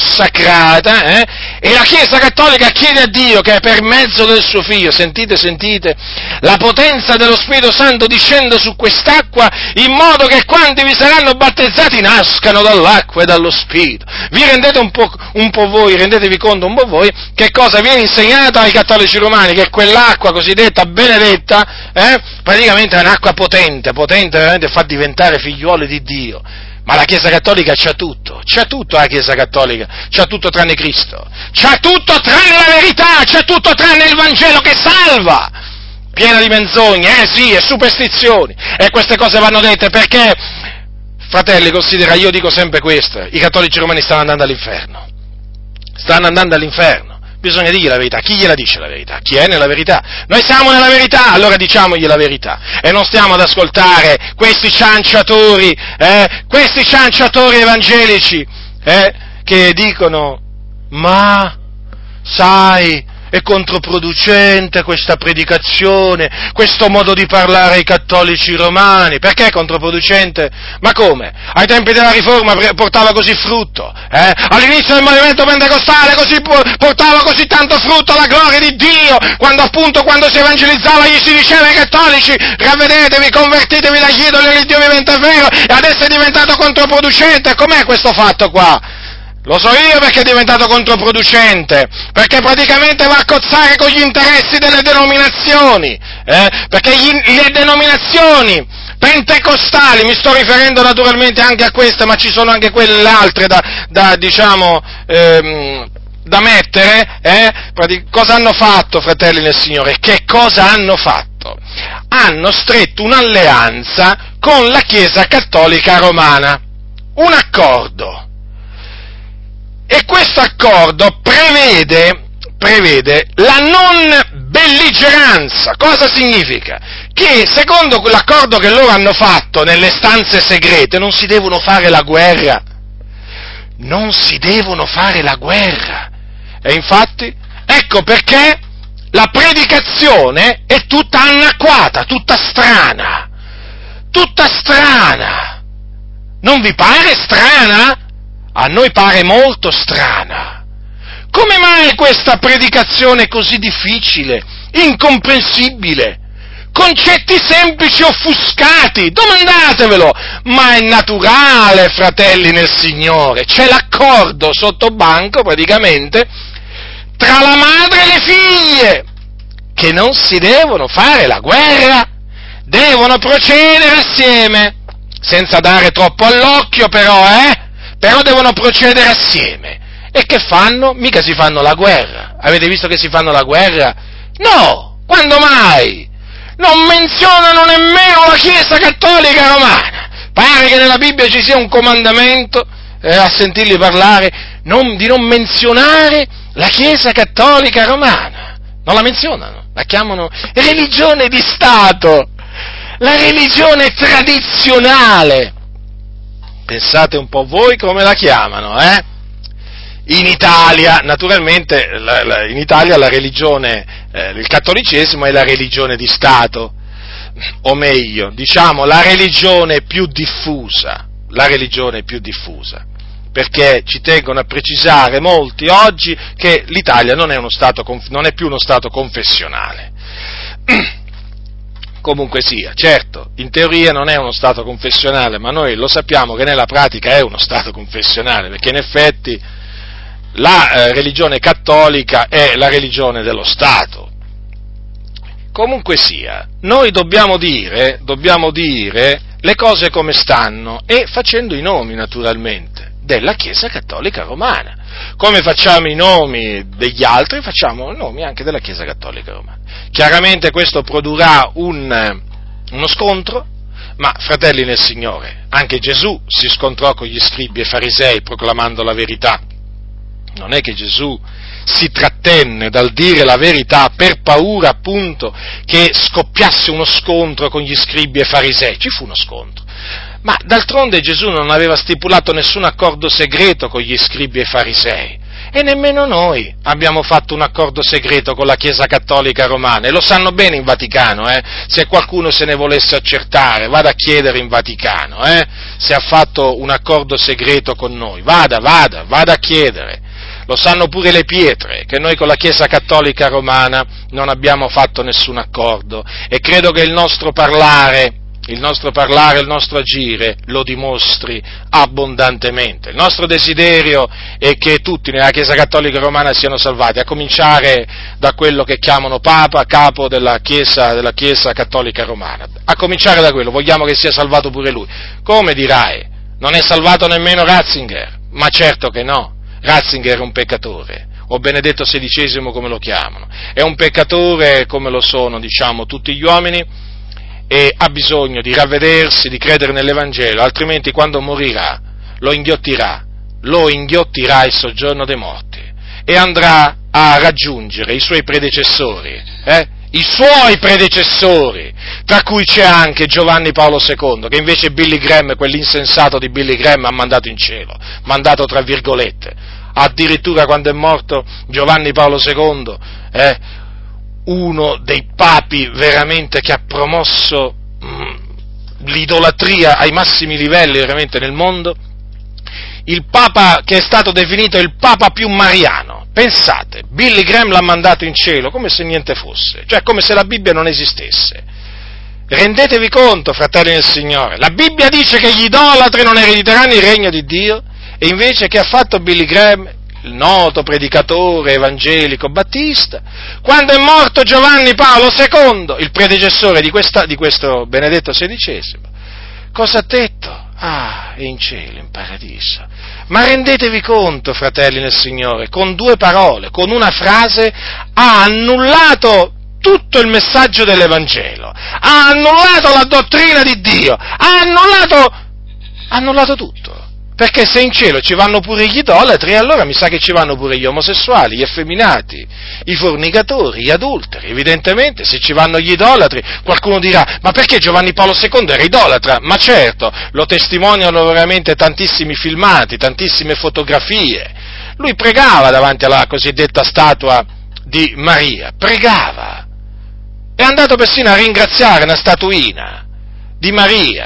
e la Chiesa Cattolica chiede a Dio che per mezzo del suo Figlio, sentite, la potenza dello Spirito Santo discenda su quest'acqua in modo che quando vi saranno battezzati nascano dall'acqua e dallo Spirito. Vi rendete rendetevi conto un po' voi che cosa viene insegnato ai cattolici romani, che quell'acqua cosiddetta benedetta, praticamente è un'acqua potente, veramente fa diventare figliuoli di Dio. Ma la Chiesa Cattolica c'ha tutto la Chiesa Cattolica, c'ha tutto tranne Cristo, c'ha tutto tranne la verità, c'ha tutto tranne il Vangelo che salva, piena di menzogne, e superstizioni, e queste cose vanno dette perché, fratelli, considera, io dico sempre questo, i cattolici romani stanno andando all'inferno, bisogna dirgli la verità. Chi gliela dice la verità? Chi è nella verità? Noi siamo nella verità, allora diciamogli la verità. E non stiamo ad ascoltare questi cianciatori evangelici, che dicono, ma, sai, è controproducente questa predicazione, questo modo di parlare ai cattolici romani. Perché è controproducente? Ma come? Ai tempi della Riforma portava così frutto, All'inizio del movimento pentecostale portava così tanto frutto alla gloria di Dio, quando si evangelizzava gli si diceva ai cattolici, ravvedetevi, convertitevi dagli idoli all'Iddio vivente e vero, e adesso è diventato controproducente. Com'è questo fatto qua? Lo so io perché è diventato controproducente, perché praticamente va a cozzare con gli interessi delle denominazioni, perché le denominazioni pentecostali, mi sto riferendo naturalmente anche a queste, ma ci sono anche quelle altre da mettere, cosa hanno fatto, fratelli nel Signore? Che cosa hanno fatto? Hanno stretto un'alleanza con la Chiesa Cattolica Romana, un accordo. E questo accordo prevede la non belligeranza. Cosa significa? Che secondo quell'accordo che loro hanno fatto nelle stanze segrete non si devono fare la guerra. E infatti, ecco perché la predicazione è tutta annacquata, tutta strana. Non vi pare strana? A noi pare molto strana. Come mai questa predicazione così difficile, incomprensibile? Concetti semplici offuscati, domandatevelo, ma è naturale, fratelli nel Signore, c'è l'accordo sotto banco praticamente tra la madre e le figlie, che non si devono fare la guerra, devono procedere assieme, senza dare troppo all'occhio però devono procedere assieme. E che fanno? Mica si fanno la guerra. Avete visto che si fanno la guerra? No, quando mai? Non menzionano nemmeno la Chiesa Cattolica Romana. Pare che nella Bibbia ci sia un comandamento, a sentirli parlare, di non menzionare la Chiesa Cattolica Romana. Non la menzionano, la chiamano religione di Stato, la religione tradizionale. Pensate un po' voi come la chiamano, In Italia, naturalmente, in Italia la religione, il cattolicesimo è la religione di Stato, o meglio, diciamo, la religione più diffusa, perché ci tengono a precisare molti oggi che l'Italia non è più uno Stato confessionale. Comunque sia, certo, in teoria non è uno Stato confessionale, ma noi lo sappiamo che nella pratica è uno Stato confessionale, perché in effetti la religione cattolica è la religione dello Stato. Comunque sia, noi dobbiamo dire le cose come stanno e facendo i nomi naturalmente della Chiesa Cattolica Romana. Come facciamo i nomi degli altri, facciamo i nomi anche della Chiesa Cattolica Romana. Chiaramente questo produrrà uno scontro, ma fratelli nel Signore, anche Gesù si scontrò con gli scribi e farisei proclamando la verità. Non è che Gesù si trattenne dal dire la verità per paura appunto che scoppiasse uno scontro con gli scribi e farisei. Ci fu uno scontro, ma d'altronde Gesù non aveva stipulato nessun accordo segreto con gli scribi e farisei, e nemmeno noi abbiamo fatto un accordo segreto con la Chiesa Cattolica Romana, e lo sanno bene in Vaticano, se qualcuno se ne volesse accertare, vada a chiedere in Vaticano, se ha fatto un accordo segreto con noi, vada a chiedere. Lo sanno pure le pietre, che noi con la Chiesa Cattolica Romana non abbiamo fatto nessun accordo, e credo che il nostro parlare, il nostro agire lo dimostri abbondantemente. Il nostro desiderio è che tutti nella Chiesa Cattolica Romana siano salvati, a cominciare da quello che chiamano Papa, capo della Chiesa Cattolica Romana. A cominciare da quello, vogliamo che sia salvato pure lui. Come dirai? Non è salvato nemmeno Ratzinger? Ma certo che no. Ratzinger è un peccatore, o Benedetto XVI come lo chiamano, è un peccatore come lo sono, diciamo, tutti gli uomini, e ha bisogno di ravvedersi, di credere nell'Evangelo, altrimenti quando morirà lo inghiottirà il soggiorno dei morti, e andrà a raggiungere i suoi predecessori, tra cui c'è anche Giovanni Paolo II, che invece Billy Graham, quell'insensato di Billy Graham, ha mandato in cielo, mandato tra virgolette. Addirittura quando è morto Giovanni Paolo II, uno dei papi veramente che ha promosso l'idolatria ai massimi livelli veramente nel mondo, il Papa che è stato definito il Papa più mariano. Pensate, Billy Graham l'ha mandato in cielo come se niente fosse, cioè come se la Bibbia non esistesse. Rendetevi conto, fratelli del Signore, la Bibbia dice che gli idolatri non erediteranno il regno di Dio, e invece che ha fatto Billy Graham, il noto predicatore evangelico battista, quando è morto Giovanni Paolo II, il predecessore di questo Benedetto XVI, cosa ha detto? È in cielo, in paradiso. Ma rendetevi conto, fratelli nel Signore, con due parole, con una frase, ha annullato tutto il messaggio dell'Evangelo, ha annullato la dottrina di Dio, ha annullato tutto. Perché se in cielo ci vanno pure gli idolatri, allora mi sa che ci vanno pure gli omosessuali, gli effeminati, i fornicatori, gli adulteri. Evidentemente, se ci vanno gli idolatri, qualcuno dirà, ma perché Giovanni Paolo II era idolatra? Ma certo, lo testimoniano veramente tantissimi filmati, tantissime fotografie. Lui pregava davanti alla cosiddetta statua di Maria, pregava. È andato persino a ringraziare una statuina di Maria,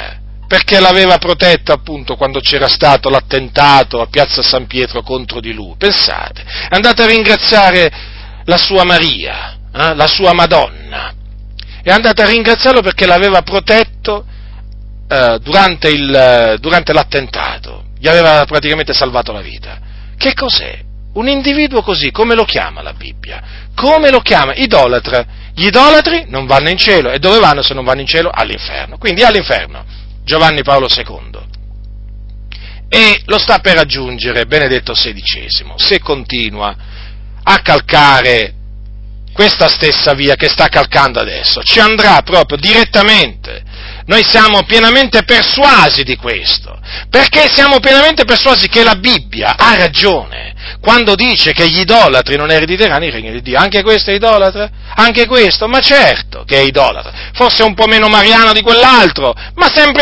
perché l'aveva protetta appunto quando c'era stato l'attentato a Piazza San Pietro contro di lui. Pensate, è andata a ringraziare la sua Maria, la sua Madonna, è andata a ringraziarlo perché l'aveva protetto durante l'attentato, gli aveva praticamente salvato la vita. Che cos'è? Un individuo così, come lo chiama la Bibbia? Come lo chiama? Idolatra. Gli idolatri non vanno in cielo, e dove vanno se non vanno in cielo? All'inferno. Quindi all'inferno Giovanni Paolo II. E lo sta per raggiungere Benedetto XVI, se continua a calcare questa stessa via che sta calcando adesso, ci andrà proprio direttamente. Noi siamo pienamente persuasi di questo, perché siamo pienamente persuasi che la Bibbia ha ragione quando dice che gli idolatri non erediteranno il regno di Dio. Anche questo è idolatra? Anche questo? Ma certo che è idolatra, forse un po' meno mariano di quell'altro, ma sempre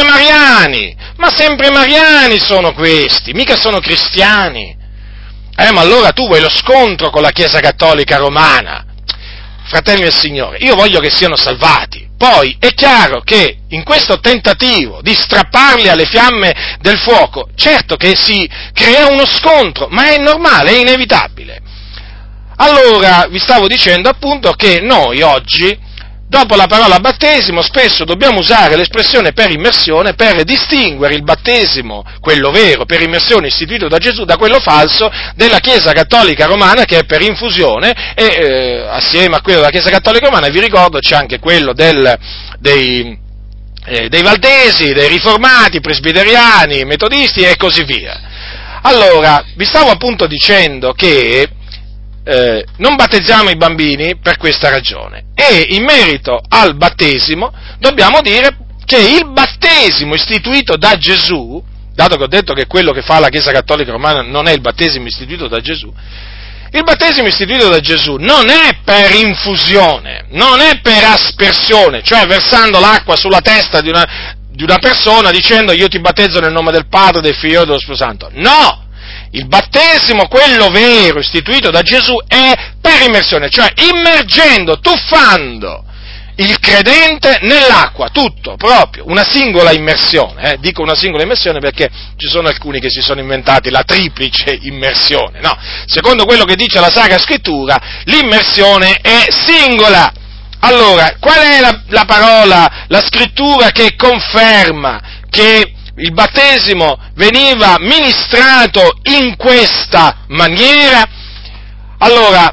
mariani sono questi, mica sono cristiani. Ma allora tu vuoi lo scontro con la Chiesa Cattolica Romana? Fratelli del Signore, io voglio che siano salvati. Poi è chiaro che in questo tentativo di strapparli alle fiamme del fuoco, certo che si crea uno scontro, ma è normale, è inevitabile. Allora, vi stavo dicendo appunto che noi oggi, dopo la parola battesimo, spesso dobbiamo usare l'espressione per immersione per distinguere il battesimo, quello vero, per immersione istituito da Gesù, da quello falso della Chiesa Cattolica Romana, che è per infusione, e assieme a quello della Chiesa Cattolica Romana, vi ricordo, c'è anche quello dei Valdesi, dei Riformati, Presbiteriani, Metodisti e così via. Allora, vi stavo appunto dicendo che non battezziamo i bambini per questa ragione, e in merito al battesimo dobbiamo dire che il battesimo istituito da Gesù, dato che ho detto che quello che fa la Chiesa Cattolica Romana non è il battesimo istituito da Gesù, il battesimo istituito da Gesù non è per infusione, non è per aspersione, cioè versando l'acqua sulla testa di una persona dicendo io ti battezzo nel nome del Padre, del Figlio e dello Spirito Santo. No! Il battesimo, quello vero, istituito da Gesù, è per immersione, cioè immergendo, tuffando il credente nell'acqua, tutto, proprio, una singola immersione, dico una singola immersione perché ci sono alcuni che si sono inventati la triplice immersione, no, secondo quello che dice la Sacra Scrittura, l'immersione è singola. Allora, qual è la parola, la Scrittura che conferma che il battesimo veniva ministrato in questa maniera? Allora,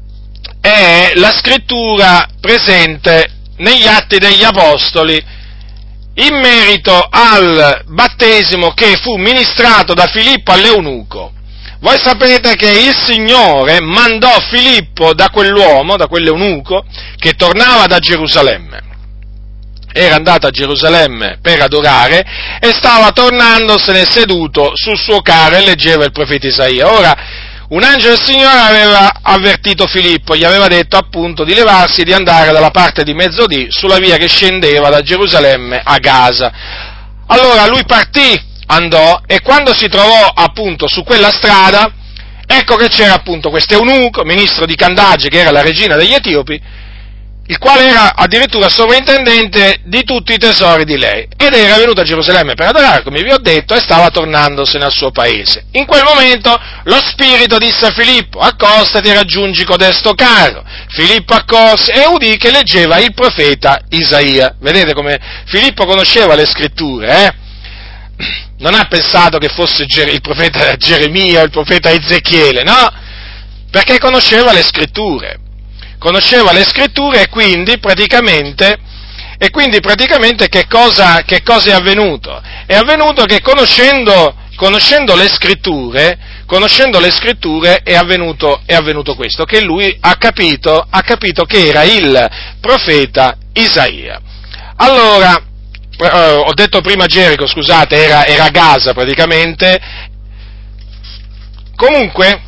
è la scrittura presente negli Atti degli Apostoli in merito al battesimo che fu ministrato da Filippo all'eunuco. Voi sapete che il Signore mandò Filippo da quell'uomo, da quell'eunuco, che tornava da Gerusalemme. Era andato a Gerusalemme per adorare e stava tornandosene seduto sul suo carro e leggeva il profeta Isaia. Ora, un angelo del Signore aveva avvertito Filippo, gli aveva detto appunto di levarsi e di andare dalla parte di mezzodì sulla via che scendeva da Gerusalemme a Gaza. Allora lui partì, andò, e quando si trovò appunto su quella strada, ecco che c'era appunto questo eunuco, ministro di Candace, che era la regina degli Etiopi, il quale era addirittura sovrintendente di tutti i tesori di lei, ed era venuto a Gerusalemme per adorare, come vi ho detto, e stava tornandosene al suo paese. In quel momento lo Spirito disse a Filippo: accostati e raggiungi codesto carro. Filippo accorse e udì che leggeva il profeta Isaia. Vedete come Filippo conosceva le scritture, Non ha pensato che fosse il profeta Geremia o il profeta Ezechiele, no? Perché conosceva le scritture. E quindi praticamente che cosa è avvenuto? È avvenuto che conoscendo le scritture è avvenuto questo, che lui ha capito che era il profeta Isaia. Allora, ho detto prima Gerico, scusate, era Gaza praticamente. Comunque,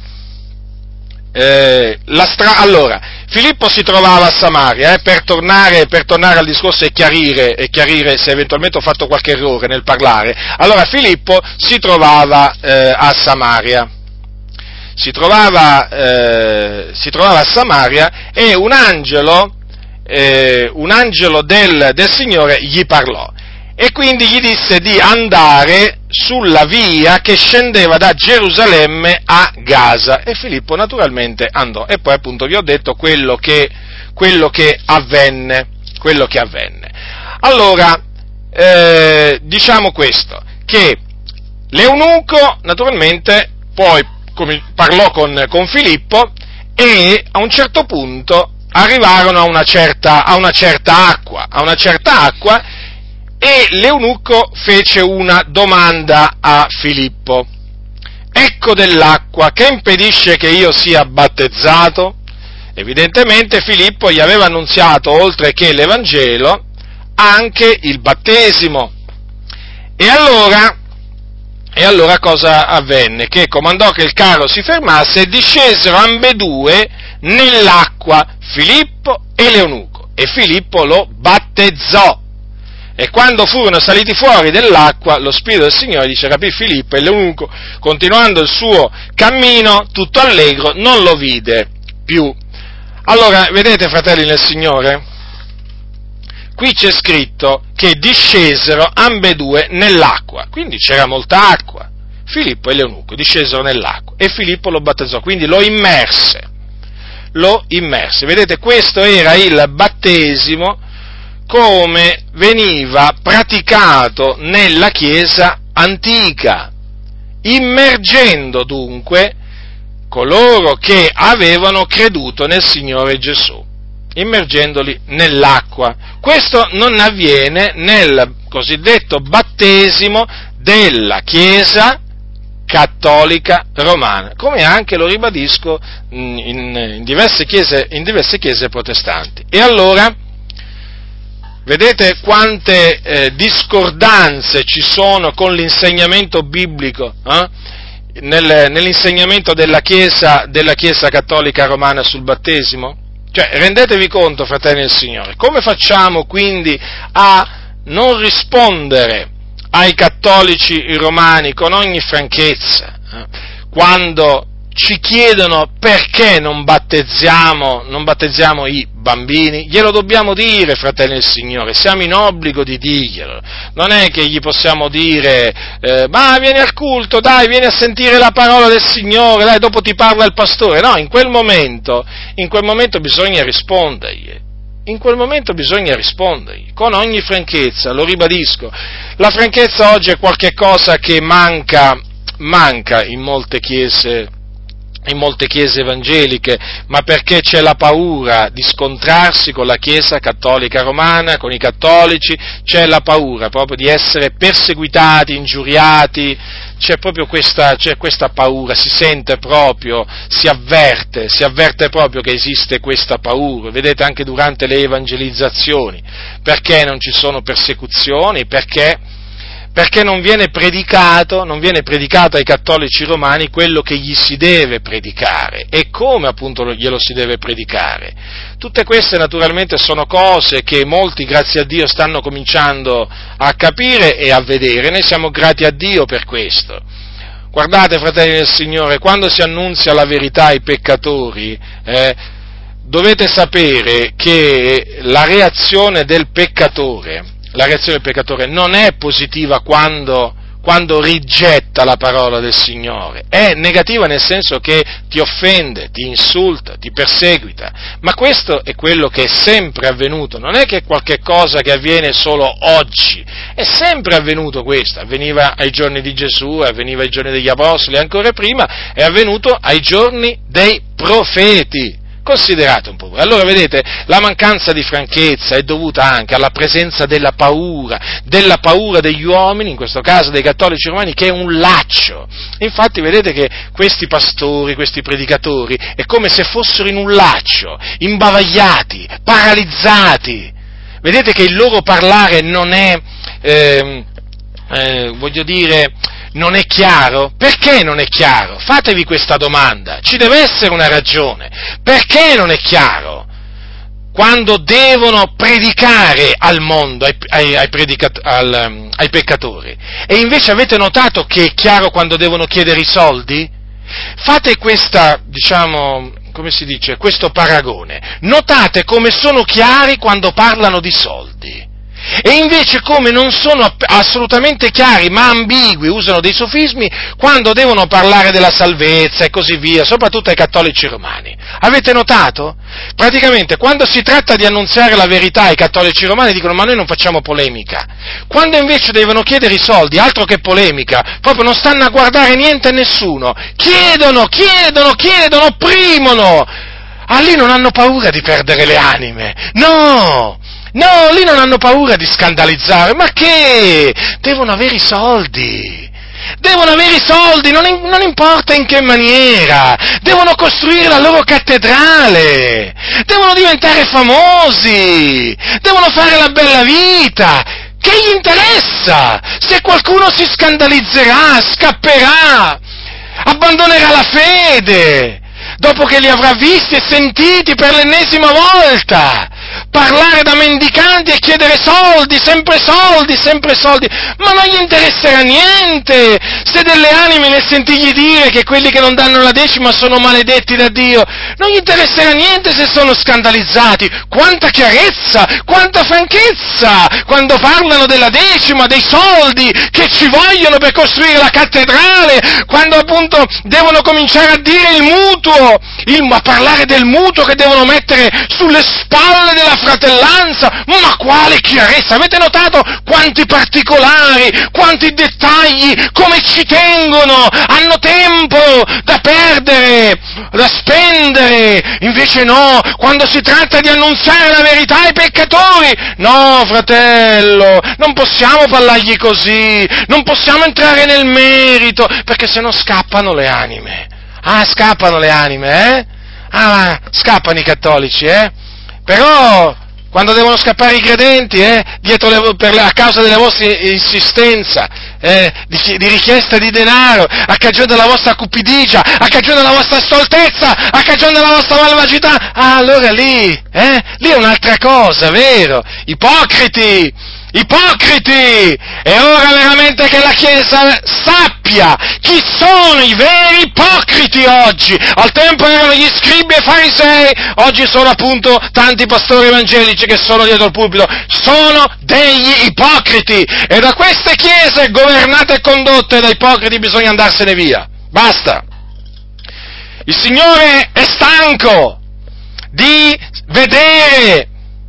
allora, Filippo si trovava a Samaria, per tornare al discorso e chiarire se eventualmente ho fatto qualche errore nel parlare. Allora, Filippo si trovava a Samaria. Si trovava a Samaria e un angelo del Signore gli parlò. e quindi gli disse di andare sulla via che scendeva da Gerusalemme a Gaza, e Filippo naturalmente andò, e poi appunto vi ho detto quello che avvenne. Allora, diciamo questo, che l'eunuco naturalmente poi parlò con Filippo, e a un certo punto arrivarono a una certa acqua, e l'eunuco fece una domanda a Filippo: ecco dell'acqua, che impedisce che io sia battezzato? Evidentemente Filippo gli aveva annunziato, oltre che l'Evangelo, anche il battesimo. E allora cosa avvenne? Che comandò che il carro si fermasse, e discesero ambedue nell'acqua, Filippo e l'eunuco, e Filippo lo battezzò. E quando furono saliti fuori dell'acqua, lo Spirito del Signore, dice, rapì Filippo, e l'eunuco, continuando il suo cammino, tutto allegro, non lo vide più. Allora, vedete, fratelli nel Signore, qui c'è scritto che discesero ambedue nell'acqua, quindi c'era molta acqua. Filippo e l'eunuco discesero nell'acqua, e Filippo lo battezzò, quindi lo immerse. Vedete, questo era il battesimo come veniva praticato nella Chiesa antica, immergendo dunque coloro che avevano creduto nel Signore Gesù, immergendoli nell'acqua. Questo non avviene nel cosiddetto battesimo della Chiesa cattolica romana, come anche, lo ribadisco, in diverse chiese protestanti. E allora, vedete quante discordanze ci sono con l'insegnamento biblico, nell'insegnamento della Chiesa cattolica romana sul battesimo? Cioè, rendetevi conto, fratelli del Signore, come facciamo quindi a non rispondere ai cattolici romani con ogni franchezza, quando ci chiedono perché non battezziamo i bambini? Glielo dobbiamo dire, fratelli del Signore, siamo in obbligo di dirglielo. Non è che gli possiamo dire, ma vieni al culto, dai, vieni a sentire la parola del Signore, dai, dopo ti parla il pastore. No, in quel momento bisogna rispondergli. Con ogni franchezza, lo ribadisco. La franchezza oggi è qualche cosa che manca in molte chiese evangeliche, ma perché c'è la paura di scontrarsi con la Chiesa cattolica romana, con i cattolici, c'è la paura proprio di essere perseguitati, ingiuriati, c'è questa paura, si sente proprio, si avverte proprio che esiste questa paura. Vedete, anche durante le evangelizzazioni, perché non ci sono persecuzioni? Perché non viene predicato ai cattolici romani quello che gli si deve predicare, e come appunto glielo si deve predicare. Tutte queste naturalmente sono cose che molti, grazie a Dio, stanno cominciando a capire e a vedere. Noi siamo grati a Dio per questo. Guardate, fratelli del Signore, quando si annunzia la verità ai peccatori, dovete sapere che la reazione del peccatore non è positiva quando rigetta la parola del Signore, è negativa nel senso che ti offende, ti insulta, ti perseguita, ma questo è quello che è sempre avvenuto, non è che è qualche cosa che avviene solo oggi, è sempre avvenuto questo, avveniva ai giorni di Gesù, avveniva ai giorni degli Apostoli, ancora prima è avvenuto ai giorni dei profeti. Considerate un po'. Allora, vedete, la mancanza di franchezza è dovuta anche alla presenza della paura degli uomini, in questo caso dei cattolici romani, che è un laccio. Infatti, vedete che questi pastori, questi predicatori, è come se fossero in un laccio, imbavagliati, paralizzati. Vedete che il loro parlare non è, non è chiaro? Perché non è chiaro? Fatevi questa domanda, ci deve essere una ragione. Perché non è chiaro? Quando devono predicare al mondo, ai peccatori. E invece avete notato che è chiaro quando devono chiedere i soldi? Fate questa, questo paragone. Notate come sono chiari quando parlano di soldi. E invece, come non sono assolutamente chiari, ma ambigui, usano dei sofismi quando devono parlare della salvezza e così via, soprattutto ai cattolici romani. Avete notato? Praticamente, quando si tratta di annunziare la verità ai cattolici romani dicono: ma noi non facciamo polemica. Quando invece devono chiedere i soldi, altro che polemica, proprio non stanno a guardare niente e nessuno. Chiedono, opprimono. Lì non hanno paura di perdere le anime. No, lì non hanno paura di scandalizzare. Ma che? Devono avere i soldi. Non importa in che maniera, devono costruire la loro cattedrale, devono diventare famosi, devono fare la bella vita. Che gli interessa? Se qualcuno si scandalizzerà, scapperà, abbandonerà la fede, dopo che li avrà visti e sentiti per l'ennesima volta, parlare da mendicanti e chiedere soldi, sempre soldi, ma non gli interesserà niente se delle anime nel sentirgli dire che quelli che non danno la decima sono maledetti da Dio, non gli interesserà niente se sono scandalizzati. Quanta chiarezza, quanta franchezza, quando parlano della decima, dei soldi che ci vogliono per costruire la cattedrale, quando appunto devono cominciare a dire il mutuo, a parlare del mutuo che devono mettere sulle spalle della fratellanza. Ma quale chiarezza! Avete notato quanti particolari, quanti dettagli, come ci tengono? Hanno tempo da perdere, da spendere. Invece no, quando si tratta di annunziare la verità ai peccatori, no, fratello, non possiamo parlargli così, non possiamo entrare nel merito, perché sennò scappano le anime. Scappano le anime, scappano i cattolici, Però, quando devono scappare i credenti, a causa della vostra insistenza, di richiesta di denaro, a cagione della vostra cupidigia, a cagione della vostra stoltezza, a cagione della vostra malvagità, allora lì è un'altra cosa, vero? Ipocriti! È ora veramente che la Chiesa sappia chi sono i veri ipocriti oggi. Al tempo erano gli scribi e farisei, oggi sono appunto tanti pastori evangelici che sono dietro il pulpito. Sono degli ipocriti, e da queste chiese governate e condotte da ipocriti bisogna andarsene via. Basta. Il Signore è stanco di vedere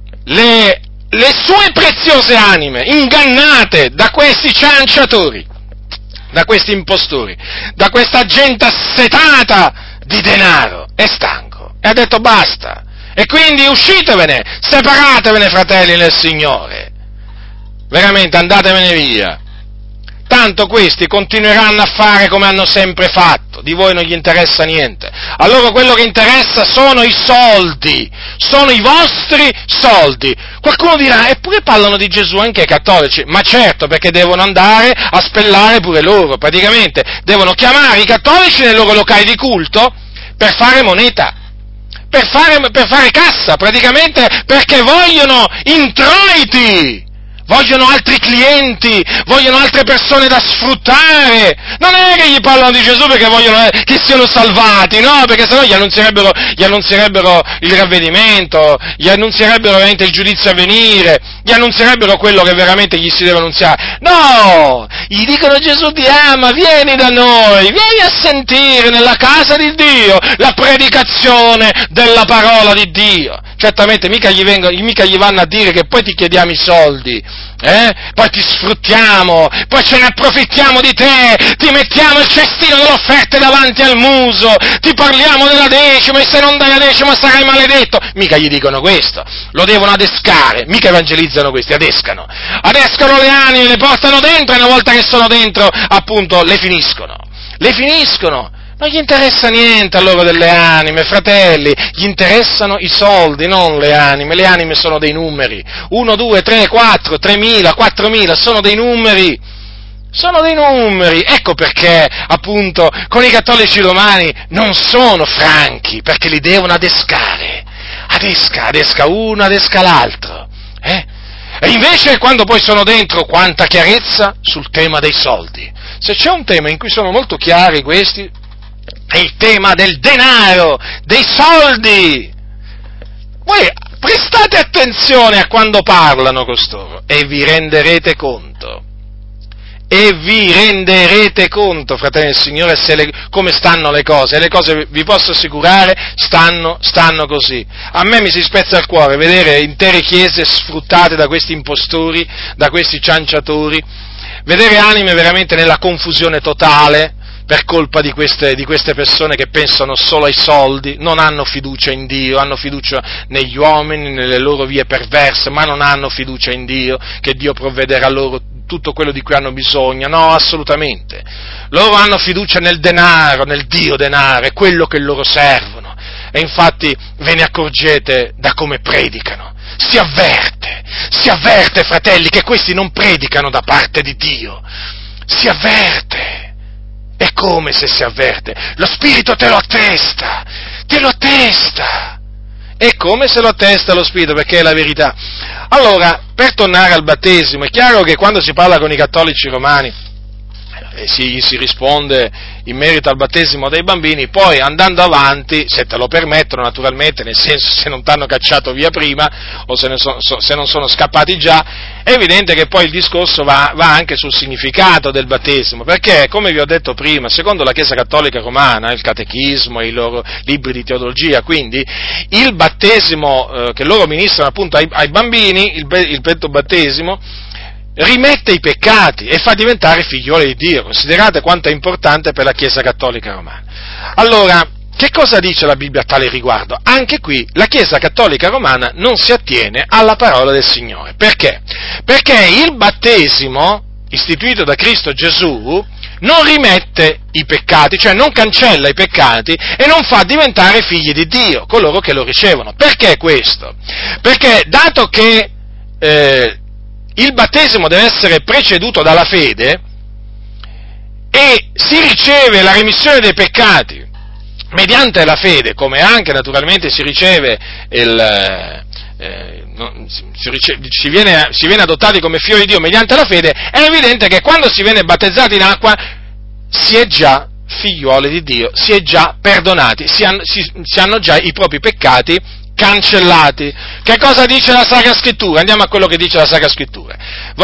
le sue preziose anime ingannate da questi cianciatori, da questi impostori, da questa gente assetata di denaro. È stanco e ha detto basta, e quindi uscitevene, separatevene, fratelli nel Signore, veramente andatevene via. Tanto questi continueranno a fare come hanno sempre fatto, di voi non gli interessa niente. A loro quello che interessa sono i soldi, sono i vostri soldi. Qualcuno dirà: eppure parlano di Gesù anche ai cattolici. Ma certo, perché devono andare a spellare pure loro, praticamente devono chiamare i cattolici nei loro locali di culto per fare moneta, per fare cassa, praticamente, perché vogliono introiti. Vogliono altri clienti, vogliono altre persone da sfruttare. Non è che gli parlano di Gesù perché vogliono che siano salvati, no, perché sennò gli annunzierebbero il ravvedimento, gli annunzierebbero veramente il giudizio a venire, gli annunzierebbero quello che veramente gli si deve annunziare. No, gli dicono: Gesù ti ama, vieni da noi, vieni a sentire nella casa di Dio la predicazione della parola di Dio. Certamente mica gli vanno a dire che poi ti chiediamo i soldi, poi ti sfruttiamo, poi ce ne approfittiamo di te, ti mettiamo il cestino delle offerte davanti al muso, ti parliamo della decima e se non dai la decima sarai maledetto. Mica gli dicono questo, lo devono adescare, mica evangelizzano questi, adescano le anime, le portano dentro e una volta che sono dentro, appunto, le finiscono. Non gli interessa niente a loro delle anime, fratelli, gli interessano i soldi, non le anime sono dei numeri, 1, 2, 3, 4, 3.000, 4.000, sono dei numeri, ecco perché, appunto, con i cattolici romani non sono franchi, perché li devono adescare, adesca uno, adesca l'altro, E invece quando poi sono dentro, quanta chiarezza sul tema dei soldi. Se c'è un tema in cui sono molto chiari questi, è il tema del denaro, dei soldi. Voi prestate attenzione a quando parlano costoro e vi renderete conto. E vi renderete conto, fratelli del Signore, come stanno le cose. E le cose, vi posso assicurare, stanno così. A me mi si spezza il cuore vedere intere chiese sfruttate da questi impostori, da questi cianciatori, vedere anime veramente nella confusione totale per colpa di queste persone che pensano solo ai soldi, non hanno fiducia in Dio, hanno fiducia negli uomini, nelle loro vie perverse, ma non hanno fiducia in Dio, che Dio provvederà loro tutto quello di cui hanno bisogno. No, assolutamente. Loro hanno fiducia nel denaro, nel Dio denaro, è quello che loro servono. E infatti ve ne accorgete da come predicano. Si avverte, fratelli, che questi non predicano da parte di Dio. Si avverte. È come se si avverte. Lo Spirito te lo attesta. È come se lo attesta lo Spirito, perché è la verità. Allora, per tornare al battesimo, è chiaro che quando si parla con i cattolici romani si risponde in merito al battesimo dei bambini, poi andando avanti, se te lo permettono naturalmente, nel senso se non t'hanno cacciato via prima o se non sono scappati già, è evidente che poi il discorso va anche sul significato del battesimo, perché, come vi ho detto prima, secondo la Chiesa Cattolica Romana, il Catechismo e i loro libri di teologia, quindi il battesimo che loro ministrano appunto ai bambini, il petto battesimo, rimette i peccati e fa diventare figlioli di Dio. Considerate quanto è importante per la Chiesa Cattolica Romana. Allora, che cosa dice la Bibbia a tale riguardo? Anche qui la Chiesa Cattolica Romana non si attiene alla parola del Signore. Perché? Perché il battesimo, istituito da Cristo Gesù, non rimette i peccati, cioè non cancella i peccati e non fa diventare figli di Dio coloro che lo ricevono. Perché questo? Perché dato che il battesimo deve essere preceduto dalla fede e si riceve la remissione dei peccati mediante la fede, come anche naturalmente si riceve si viene adottati come figli di Dio mediante la fede, è evidente che quando si viene battezzati in acqua si è già figliuoli di Dio, si è già perdonati, si hanno già i propri peccati cancellati. Che cosa dice la Sacra Scrittura? Andiamo a quello che dice la Sacra Scrittura.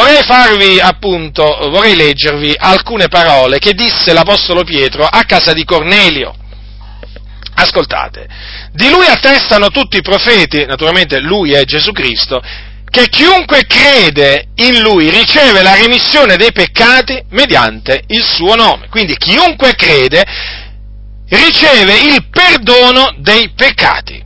Vorrei leggervi alcune parole che disse l'Apostolo Pietro a casa di Cornelio. Ascoltate. Di lui attestano tutti i profeti, naturalmente lui è Gesù Cristo, che chiunque crede in lui riceve la remissione dei peccati mediante il suo nome. Quindi chiunque crede riceve il perdono dei peccati.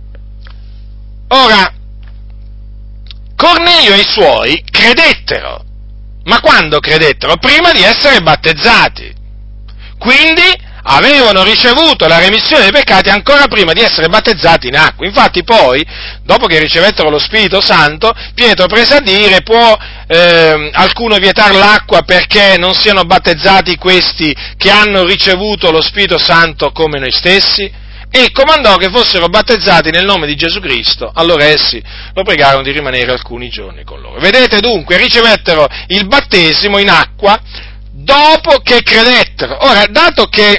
Ora, Cornelio e i suoi credettero, ma quando credettero? Prima di essere battezzati. Quindi avevano ricevuto la remissione dei peccati ancora prima di essere battezzati in acqua. Infatti poi, dopo che ricevettero lo Spirito Santo, Pietro prese a dire: può alcuno vietar l'acqua perché non siano battezzati questi che hanno ricevuto lo Spirito Santo come noi stessi? E comandò che fossero battezzati nel nome di Gesù Cristo. Allora essi lo pregarono di rimanere alcuni giorni con loro. Vedete dunque, ricevettero il battesimo in acqua dopo che credettero. Ora, dato che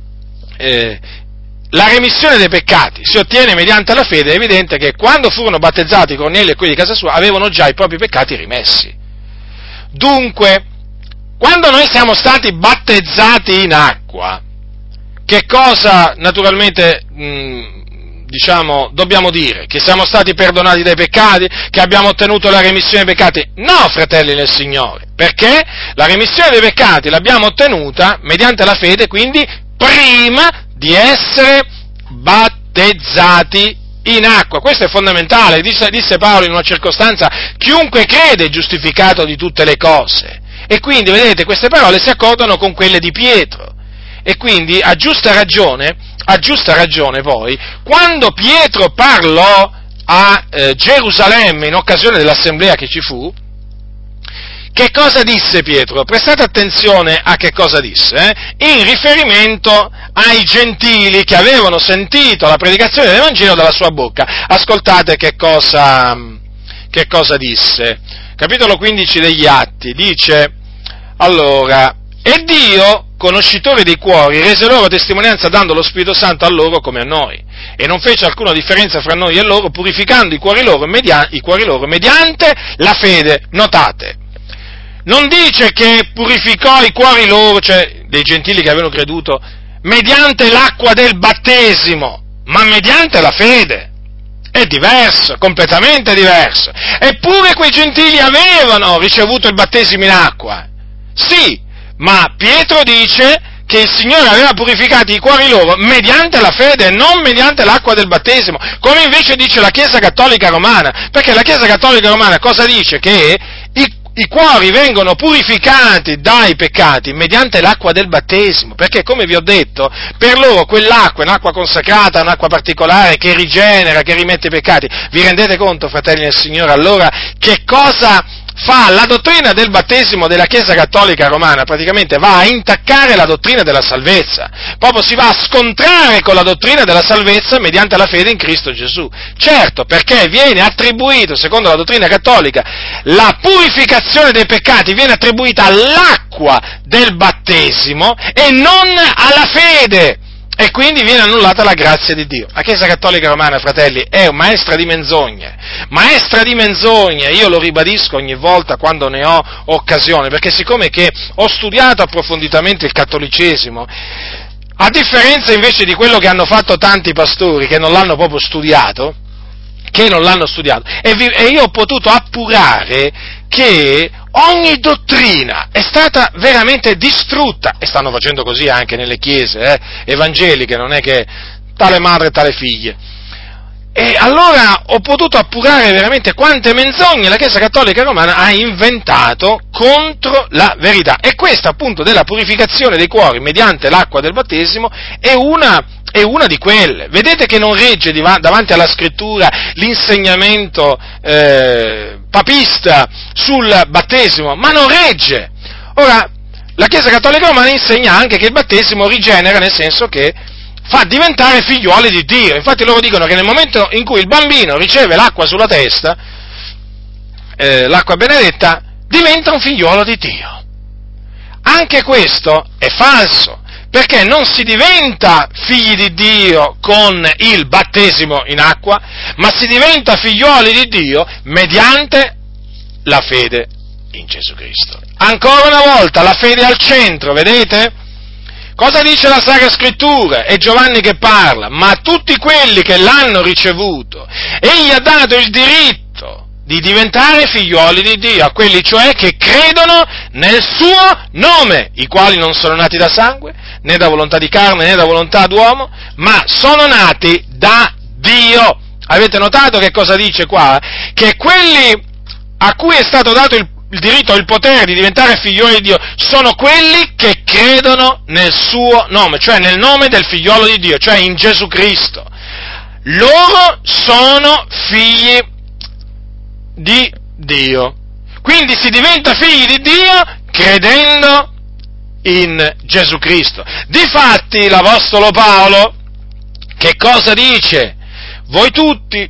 la remissione dei peccati si ottiene mediante la fede, è evidente che quando furono battezzati Cornelio e quelli di casa sua avevano già i propri peccati rimessi. Dunque, quando noi siamo stati battezzati in acqua, che cosa naturalmente dobbiamo dire? Che siamo stati perdonati dai peccati? Che abbiamo ottenuto la remissione dei peccati? No, fratelli nel Signore, perché la remissione dei peccati l'abbiamo ottenuta mediante la fede, quindi prima di essere battezzati in acqua. Questo è fondamentale, disse Paolo in una circostanza: chiunque crede è giustificato di tutte le cose. E quindi, vedete, queste parole si accordano con quelle di Pietro. E quindi, a giusta ragione poi, quando Pietro parlò a Gerusalemme in occasione dell'assemblea che ci fu, che cosa disse Pietro? Prestate attenzione a che cosa disse, in riferimento ai gentili che avevano sentito la predicazione dell'Evangelo dalla sua bocca. Ascoltate che cosa disse. Capitolo 15 degli Atti, dice: allora, E Dio, conoscitore dei cuori, rese loro testimonianza dando lo Spirito Santo a loro come a noi, e non fece alcuna differenza fra noi e loro, purificando i cuori loro mediante la fede. Notate, non dice che purificò i cuori loro, cioè dei gentili che avevano creduto, mediante l'acqua del battesimo, ma mediante la fede. È diverso, completamente diverso. Eppure quei gentili avevano ricevuto il battesimo in acqua. Sì, ma Pietro dice che il Signore aveva purificato i cuori loro mediante la fede e non mediante l'acqua del battesimo, come invece dice la Chiesa Cattolica Romana, perché la Chiesa Cattolica Romana cosa dice? Che i cuori vengono purificati dai peccati mediante l'acqua del battesimo, perché come vi ho detto, per loro quell'acqua è un'acqua consacrata, un'acqua particolare che rigenera, che rimette i peccati. Vi rendete conto, fratelli del Signore, allora che cosa fa la dottrina del battesimo della Chiesa Cattolica Romana? Praticamente va a intaccare la dottrina della salvezza, proprio si va a scontrare con la dottrina della salvezza mediante la fede in Cristo Gesù. Certo, perché viene attribuito, secondo la dottrina cattolica, la purificazione dei peccati viene attribuita all'acqua del battesimo e non alla fede. E quindi viene annullata la grazia di Dio. La Chiesa Cattolica Romana, fratelli, è maestra di menzogne, io lo ribadisco ogni volta quando ne ho occasione, perché siccome che ho studiato approfonditamente il cattolicesimo, a differenza invece di quello che hanno fatto tanti pastori che non l'hanno proprio studiato, e io ho potuto appurare che ogni dottrina è stata veramente distrutta, e stanno facendo così anche nelle chiese evangeliche, non è che tale madre e tale figlie. E allora ho potuto appurare veramente quante menzogne la Chiesa Cattolica Romana ha inventato contro la verità. E questa appunto della purificazione dei cuori mediante l'acqua del battesimo è una di quelle. Vedete che non regge davanti alla Scrittura l'insegnamento papista sul battesimo, ma non regge. Ora, la Chiesa Cattolica Romana insegna anche che il battesimo rigenera, nel senso che fa diventare figliuoli di Dio. Infatti loro dicono che nel momento in cui il bambino riceve l'acqua sulla testa, l'acqua benedetta, diventa un figliuolo di Dio. Anche questo è falso, perché non si diventa figli di Dio con il battesimo in acqua, ma si diventa figliuoli di Dio mediante la fede in Gesù Cristo. Ancora una volta, la fede al centro, vedete? Cosa dice la Sacra Scrittura? È Giovanni che parla, ma a tutti quelli che l'hanno ricevuto, egli ha dato il diritto di diventare figlioli di Dio, a quelli cioè che credono nel suo nome, i quali non sono nati da sangue, né da volontà di carne, né da volontà d'uomo, ma sono nati da Dio. Avete notato che cosa dice qua? Che quelli a cui è stato dato il diritto, il potere di diventare figlioli di Dio, sono quelli che credono nel suo nome, cioè nel nome del figliolo di Dio, cioè in Gesù Cristo. Loro sono figli di Dio. Quindi si diventa figli di Dio credendo in Gesù Cristo. Difatti l'Apostolo Paolo che cosa dice? Voi tutti,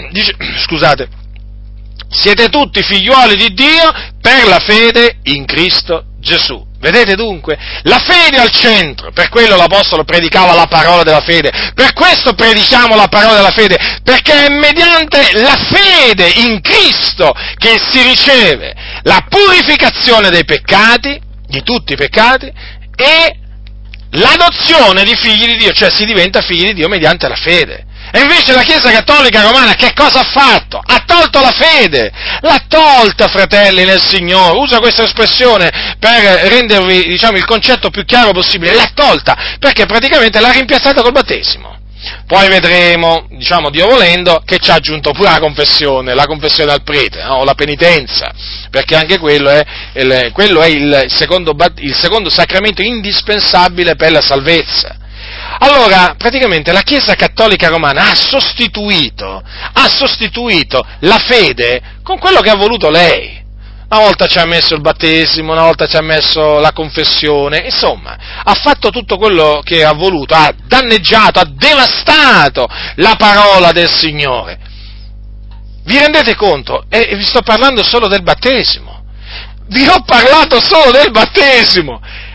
siete tutti figliuoli di Dio per la fede in Cristo Gesù. Vedete dunque? La fede al centro, per quello l'Apostolo predicava la parola della fede, per questo predichiamo la parola della fede, perché è mediante la fede in Cristo che si riceve la purificazione dei peccati, di tutti i peccati, e l'adozione di figli di Dio, cioè si diventa figli di Dio mediante la fede. E invece la Chiesa Cattolica Romana che cosa ha fatto? Ha tolto la fede, l'ha tolta, fratelli nel Signore, uso questa espressione per rendervi, il concetto più chiaro possibile, l'ha tolta, perché praticamente l'ha rimpiazzata col battesimo. Poi vedremo, Dio volendo, che ci ha aggiunto pure la confessione al prete, o la penitenza, perché anche quello è il secondo sacramento indispensabile per la salvezza. Allora, praticamente la Chiesa Cattolica Romana ha sostituito la fede con quello che ha voluto lei. Una volta ci ha messo il battesimo, una volta ci ha messo la confessione, insomma, ha fatto tutto quello che ha voluto, ha danneggiato, ha devastato la parola del Signore. Vi rendete conto? E vi sto parlando solo del battesimo. Vi ho parlato solo del battesimo.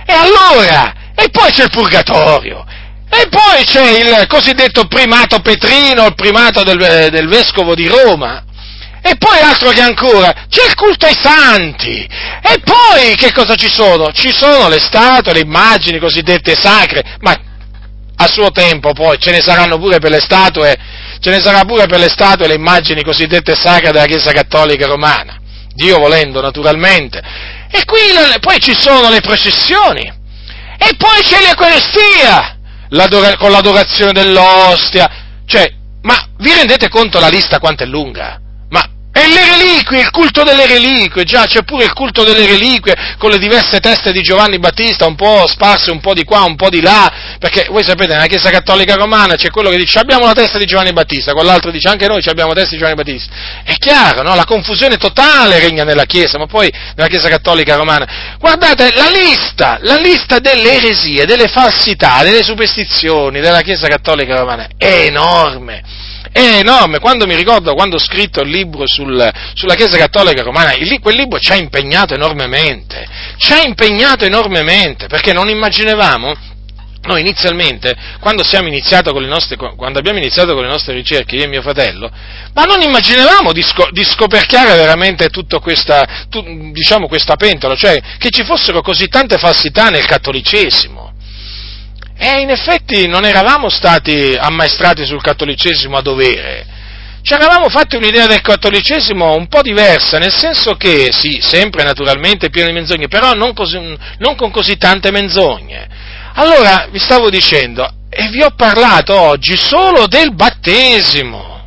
E poi c'è il purgatorio, e poi c'è il cosiddetto primato petrino, il primato del vescovo di Roma, e poi altro che ancora, c'è il culto ai santi, e poi che cosa ci sono? Ci sono le statue, le immagini cosiddette sacre, ma a suo tempo poi ce ne saranno pure per le statue, ce ne sarà pure per le statue le immagini cosiddette sacre della Chiesa Cattolica Romana, Dio volendo naturalmente, e qui poi ci sono le processioni, e poi c'è l'Eucaristia, con l'adorazione dell'ostia, cioè, ma vi rendete conto la lista quanto è lunga? E le reliquie, il culto delle reliquie, già c'è pure il culto delle reliquie con le diverse teste di Giovanni Battista, un po' sparse un po' di qua, un po' di là, perché voi sapete nella Chiesa Cattolica Romana c'è quello che dice abbiamo la testa di Giovanni Battista, quell'altro dice anche noi abbiamo la testa di Giovanni Battista. È chiaro, no? La confusione totale regna nella Chiesa, ma poi nella Chiesa Cattolica Romana. Guardate la lista delle eresie, delle falsità, delle superstizioni della Chiesa Cattolica Romana è enorme. È enorme, mi ricordo quando ho scritto il libro sulla Chiesa Cattolica Romana, quel libro ci ha impegnato enormemente, perché non immaginavamo, noi inizialmente, quando abbiamo iniziato con le nostre ricerche, io e mio fratello, ma non immaginavamo di scoperchiare veramente tutta questa pentola, cioè che ci fossero così tante falsità nel cattolicesimo. E in effetti non eravamo stati ammaestrati sul cattolicesimo a dovere, ci eravamo fatti un'idea del cattolicesimo un po' diversa, nel senso che, sì, sempre naturalmente pieno di menzogne, però non con così tante menzogne. Allora, vi stavo dicendo, e vi ho parlato oggi solo del battesimo,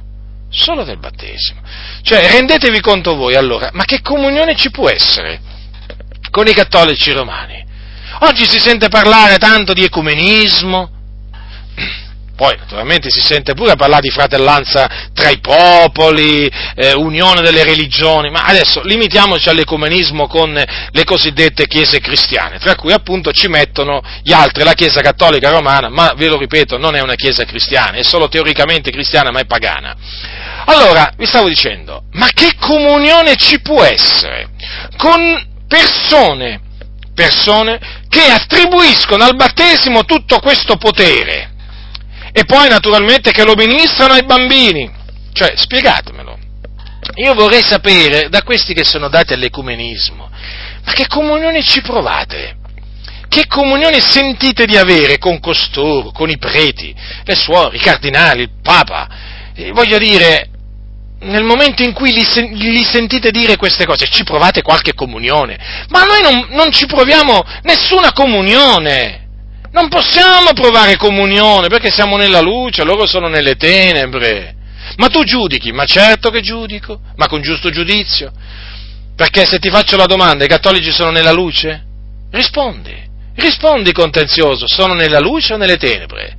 cioè rendetevi conto voi allora, ma che comunione ci può essere con i cattolici romani? Oggi si sente parlare tanto di ecumenismo, poi naturalmente si sente pure parlare di fratellanza tra i popoli, unione delle religioni, ma adesso limitiamoci all'ecumenismo con le cosiddette chiese cristiane, tra cui appunto ci mettono gli altri, la Chiesa Cattolica Romana, ma ve lo ripeto, non è una chiesa cristiana, è solo teoricamente cristiana ma è pagana. Allora, vi stavo dicendo, ma che comunione ci può essere con persone che attribuiscono al battesimo tutto questo potere e poi naturalmente che lo ministrano ai bambini? Cioè, spiegatemelo. Io vorrei sapere da questi che sono dati all'ecumenismo, ma che comunione ci provate? Che comunione sentite di avere con costoro, con i preti, le suore, i cardinali, il Papa? Voglio dire, nel momento in cui li sentite dire queste cose, ci provate qualche comunione? Ma noi non ci proviamo nessuna comunione, non possiamo provare comunione, perché siamo nella luce, loro sono nelle tenebre. Ma tu giudichi? Ma certo che giudico, ma con giusto giudizio, perché se ti faccio la domanda, i cattolici sono nella luce? Rispondi contenzioso, sono nella luce o nelle tenebre?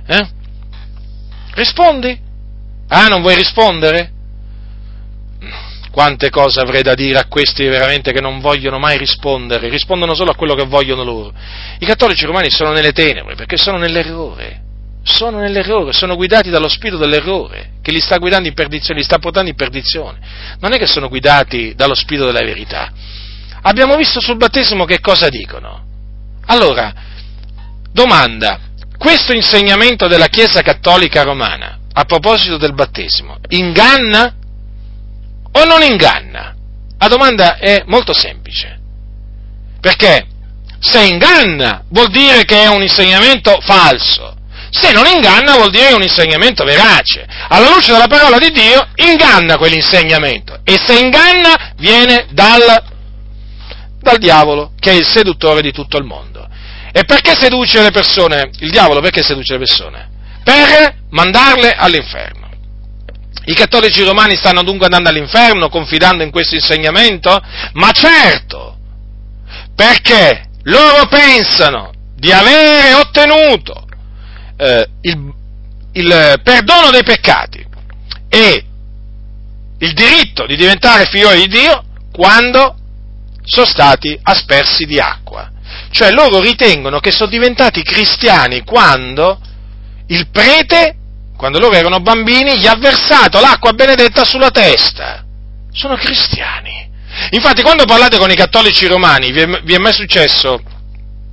Rispondi? Ah, non vuoi rispondere? Quante cose avrei da dire a questi veramente che non vogliono mai rispondere, rispondono solo a quello che vogliono loro. I cattolici romani sono nelle tenebre perché sono nell'errore, sono guidati dallo spirito dell'errore che li sta guidando in perdizione, li sta portando in perdizione. Non è che sono guidati dallo spirito della verità. Abbiamo visto sul battesimo che cosa dicono. Allora, domanda, questo insegnamento della Chiesa Cattolica Romana a proposito del battesimo inganna o non inganna? La domanda è molto semplice, perché se inganna vuol dire che è un insegnamento falso, se non inganna vuol dire che è un insegnamento verace. Alla luce della parola di Dio inganna quell'insegnamento, e se inganna viene dal diavolo, che è il seduttore di tutto il mondo. E perché seduce le persone? Il diavolo perché seduce le persone? Per mandarle all'inferno. I cattolici romani stanno dunque andando all'inferno confidando in questo insegnamento? Ma certo, perché loro pensano di avere ottenuto il perdono dei peccati e il diritto di diventare figlioli di Dio quando sono stati aspersi di acqua. Cioè loro ritengono che sono diventati cristiani quando il prete, quando loro erano bambini, gli ha versato l'acqua benedetta sulla testa. Sono cristiani. Infatti quando parlate con i cattolici romani, vi è mai successo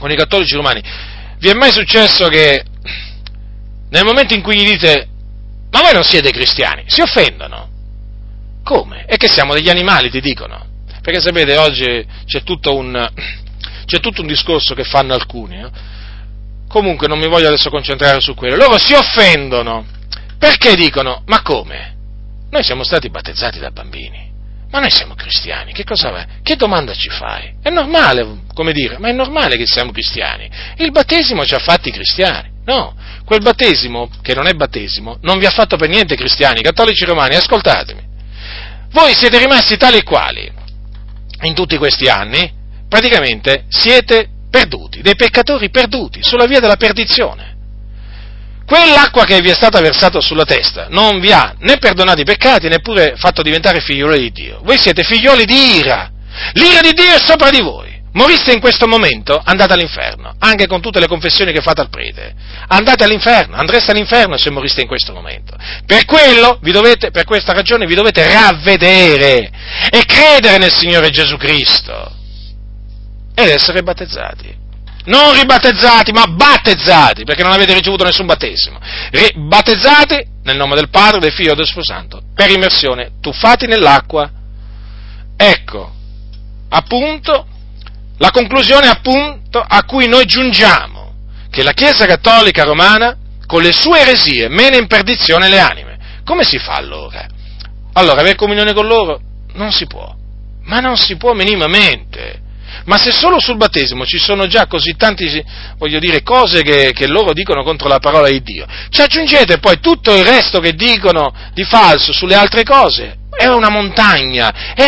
con i cattolici romani. Vi è mai successo che nel momento in cui gli dite ma voi non siete cristiani, si offendono? Come? È che siamo degli animali, ti dicono. Perché sapete, oggi c'è tutto un discorso che fanno alcuni, no? Comunque non mi voglio adesso concentrare su quello. Loro si offendono perché dicono, ma come? Noi siamo stati battezzati da bambini, ma noi siamo cristiani, che cosa va? Che domanda ci fai? È normale, come dire, ma è normale che siamo cristiani. Il battesimo ci ha fatti cristiani. No, quel battesimo, che non è battesimo, non vi ha fatto per niente cristiani. Cattolici romani, ascoltatemi. Voi siete rimasti tali e quali in tutti questi anni, praticamente siete perduti, dei peccatori perduti, sulla via della perdizione. Quell'acqua che vi è stata versata sulla testa non vi ha né perdonato i peccati, neppure fatto diventare figlioli di Dio. Voi siete figlioli di ira. L'ira di Dio è sopra di voi. Moriste in questo momento, andate all'inferno, anche con tutte le confessioni che fate al prete. Andate all'inferno, andreste all'inferno se moriste in questo momento. Per questa ragione vi dovete ravvedere e credere nel Signore Gesù Cristo ed essere battezzati. Non ribattezzati, ma battezzati, perché non avete ricevuto nessun battesimo. Battezzati nel nome del Padre, del Figlio e dello Spirito Santo, per immersione, tuffati nell'acqua. Ecco, appunto, la conclusione appunto a cui noi giungiamo, che la Chiesa Cattolica Romana, con le sue eresie, mena in perdizione le anime. Come si fa allora? Allora, avere comunione con loro? Non si può, ma non si può minimamente. Ma se solo sul battesimo ci sono già così tanti, cose che loro dicono contro la parola di Dio, ci aggiungete poi tutto il resto che dicono di falso sulle altre cose, è una montagna,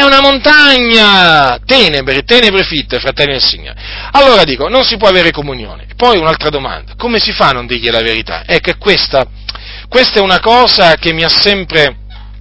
tenebre fitte, fratelli del Signore. Allora dico, non si può avere comunione. Poi un'altra domanda, come si fa a non dirgli la verità? È che questa è una cosa che mi ha sempre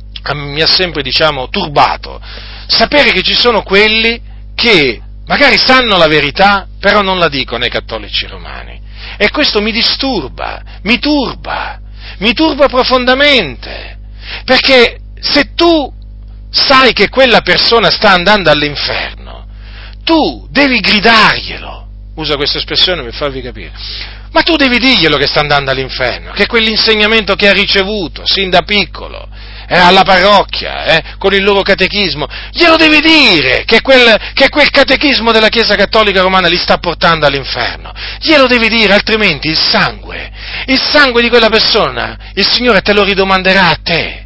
turbato, sapere che ci sono quelli che magari sanno la verità, però non la dicono ai cattolici romani. E questo mi disturba, mi turba profondamente. Perché se tu sai che quella persona sta andando all'inferno, tu devi gridarglielo. Uso questa espressione per farvi capire. Ma tu devi dirglielo che sta andando all'inferno, che quell'insegnamento che ha ricevuto sin da piccolo, alla parrocchia, con il loro catechismo, glielo devi dire che quel catechismo della Chiesa Cattolica Romana li sta portando all'inferno. Glielo devi dire, altrimenti il sangue di quella persona, il Signore te lo ridomanderà a te.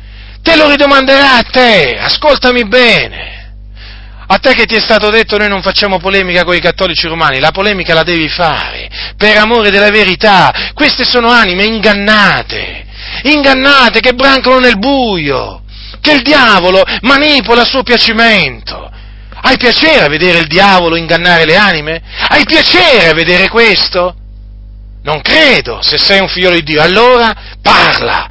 Ascoltami bene. A te che ti è stato detto noi non facciamo polemica con i cattolici romani, la polemica la devi fare, per amore della verità. Queste sono anime ingannate, che brancano nel buio, che il diavolo manipola a suo piacimento. Hai piacere a vedere il diavolo ingannare le anime? Hai piacere a vedere questo? Non credo. Se sei un figliolo di Dio, allora parla!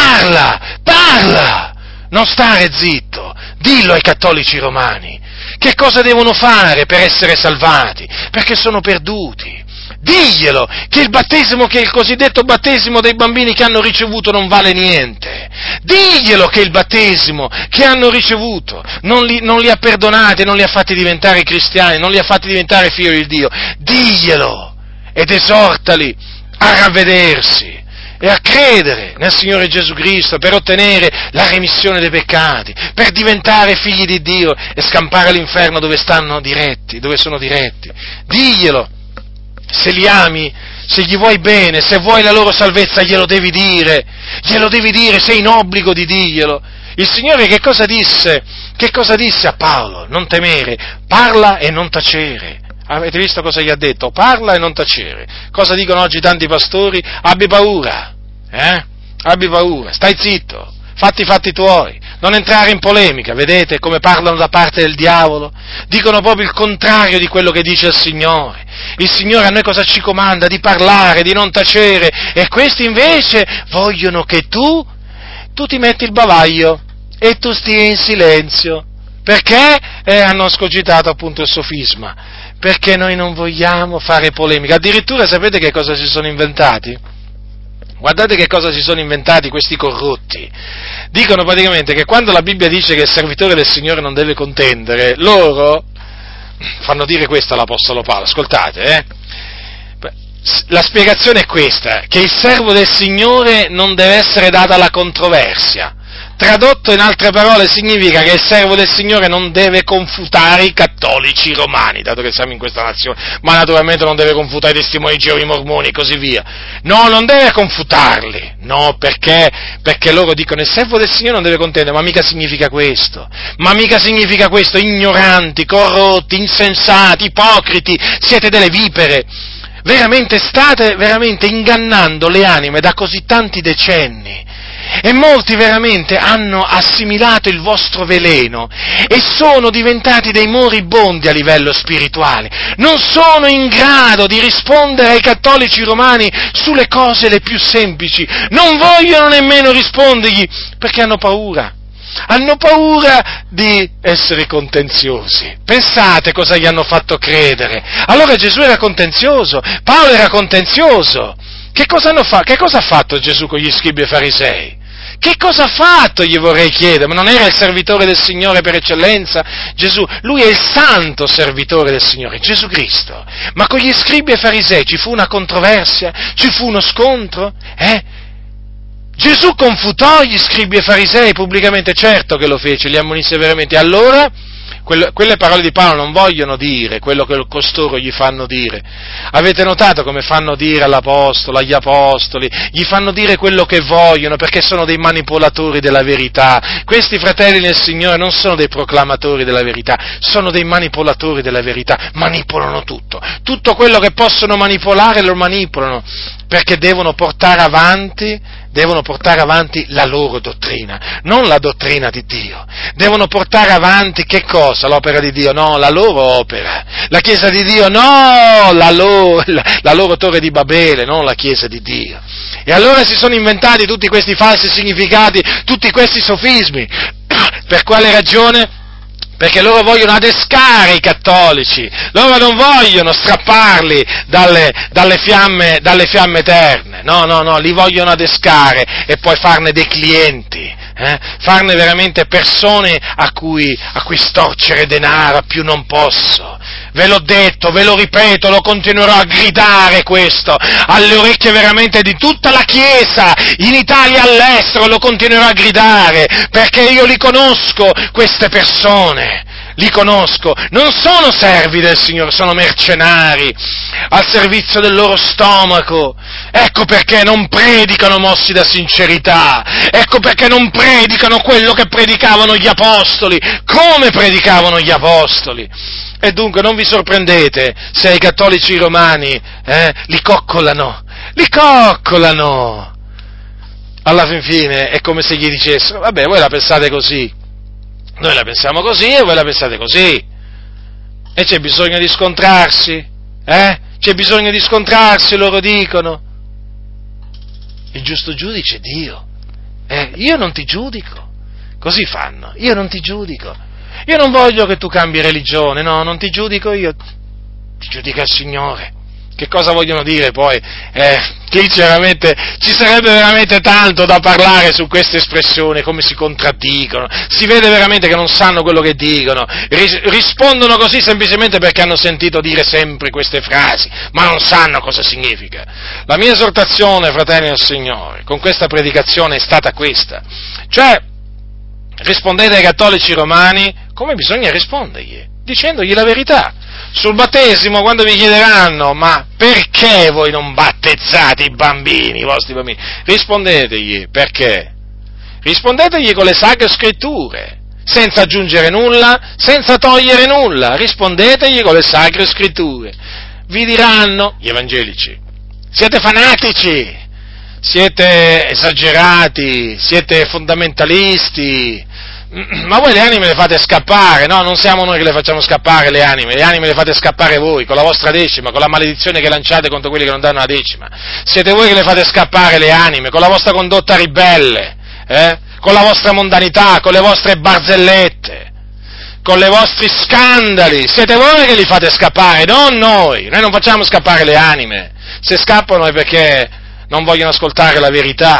Non stare zitto, dillo ai cattolici romani che cosa devono fare per essere salvati, perché sono perduti. Diglielo che il cosiddetto battesimo dei bambini che hanno ricevuto non vale niente. Diglielo che il battesimo che hanno ricevuto non li ha perdonati, non li ha fatti diventare cristiani, non li ha fatti diventare figli di Dio. Diglielo ed esortali a ravvedersi e a credere nel Signore Gesù Cristo per ottenere la remissione dei peccati, per diventare figli di Dio e scampare all'inferno dove sono diretti. Diglielo. Se li ami, se gli vuoi bene, se vuoi la loro salvezza, glielo devi dire, sei in obbligo di dirglielo. Il Signore che cosa disse? Che cosa disse a Paolo? Non temere, parla e non tacere. Avete visto cosa gli ha detto? Parla e non tacere. Cosa dicono oggi tanti pastori? Abbi paura, stai zitto, fatti i fatti tuoi, non entrare in polemica. Vedete come parlano da parte del diavolo? Dicono proprio il contrario di quello che dice il Signore. Il Signore a noi cosa ci comanda? Di parlare, di non tacere, e questi invece vogliono che tu ti metti il bavaglio e tu stia in silenzio. Perché? Hanno scogitato appunto il sofisma, perché noi non vogliamo fare polemica. Addirittura sapete che cosa si sono inventati? Guardate che cosa si sono inventati questi corrotti. Dicono praticamente che quando la Bibbia dice che il servitore del Signore non deve contendere, loro fanno dire questo all'Apostolo Paolo, ascoltate, la spiegazione è questa, che il servo del Signore non deve essere dato alla controversia. Tradotto in altre parole significa che il servo del Signore non deve confutare i cattolici romani, dato che siamo in questa nazione, ma naturalmente non deve confutare i testimoni di Geova, i mormoni e così via. No, non deve confutarli, no, perché loro dicono il servo del Signore non deve contendere, ma mica significa questo, ignoranti, corrotti, insensati, ipocriti, siete delle vipere. State ingannando le anime da così tanti decenni e molti veramente hanno assimilato il vostro veleno e sono diventati dei moribondi a livello spirituale, non sono in grado di rispondere ai cattolici romani sulle cose le più semplici, non vogliono nemmeno rispondergli perché hanno paura di essere contenziosi. Pensate cosa gli hanno fatto credere. Allora Gesù era contenzioso, Paolo era contenzioso. Che cosa ha fatto Gesù con gli scribi e farisei? Che cosa ha fatto, gli vorrei chiedere? Ma non era il servitore del Signore per eccellenza? Gesù, lui è il santo servitore del Signore, Gesù Cristo. Ma con gli scribi e farisei ci fu una controversia? Ci fu uno scontro? Gesù confutò gli scribi e farisei pubblicamente, certo che lo fece, li ammonì severamente. Allora, quelle parole di Paolo non vogliono dire quello che costoro gli fanno dire. Avete notato come fanno dire all'apostolo, agli apostoli? Gli fanno dire quello che vogliono perché sono dei manipolatori della verità. Questi fratelli nel Signore non sono dei proclamatori della verità, sono dei manipolatori della verità, manipolano tutto. Tutto quello che possono manipolare lo manipolano perché devono portare avanti la loro dottrina, non la dottrina di Dio. Devono portare avanti che cosa? L'opera di Dio? No, la loro opera. La Chiesa di Dio? No, la loro torre di Babele, non la Chiesa di Dio. E allora si sono inventati tutti questi falsi significati, tutti questi sofismi. Per quale ragione? Perché loro vogliono adescare i cattolici, loro non vogliono strapparli dalle fiamme eterne, no, li vogliono adescare e poi farne dei clienti, farne veramente persone a cui storcere denaro a più non posso. Ve l'ho detto, ve lo ripeto, lo continuerò a gridare questo alle orecchie veramente di tutta la Chiesa, in Italia e all'estero lo continuerò a gridare, perché io li conosco, queste persone, li conosco, non sono servi del Signore, sono mercenari, al servizio del loro stomaco. Ecco perché non predicano mossi da sincerità, ecco perché non predicano quello che predicavano gli apostoli, come predicavano gli apostoli. E dunque non vi sorprendete se i cattolici romani li coccolano. Alla fin fine è come se gli dicessero, vabbè, voi la pensate così, noi la pensiamo così e voi la pensate così. E c'è bisogno di scontrarsi? C'è bisogno di scontrarsi, loro dicono. Il giusto giudice è Dio. Io non ti giudico. Così fanno, io non ti giudico. Io non voglio che tu cambi religione, no, non ti giudico io, ti giudica il Signore. Che cosa vogliono dire poi? Sinceramente, ci sarebbe veramente tanto da parlare su queste espressioni, come si contraddicono, si vede veramente che non sanno quello che dicono, rispondono così semplicemente perché hanno sentito dire sempre queste frasi, ma non sanno cosa significa. La mia esortazione, fratelli del Signore, con questa predicazione è stata questa, cioè, rispondete ai cattolici romani come bisogna rispondergli, dicendogli la verità. Sul battesimo, quando vi chiederanno, ma perché voi non battezzate i bambini, i vostri bambini? Rispondetegli, perché? Rispondetegli con le sacre scritture, senza aggiungere nulla, senza togliere nulla, rispondetegli con le sacre scritture. Vi diranno, gli evangelici, siete fanatici, siete esagerati, siete fondamentalisti, ma voi le anime le fate scappare, no? Non siamo noi che le facciamo scappare le anime le fate scappare voi, con la vostra decima, con la maledizione che lanciate contro quelli che non danno la decima. Siete voi che le fate scappare le anime, con la vostra condotta ribelle, con la vostra mondanità, con le vostre barzellette, con i vostri scandali, siete voi che li fate scappare, non noi non facciamo scappare le anime, se scappano è perché non vogliono ascoltare la verità.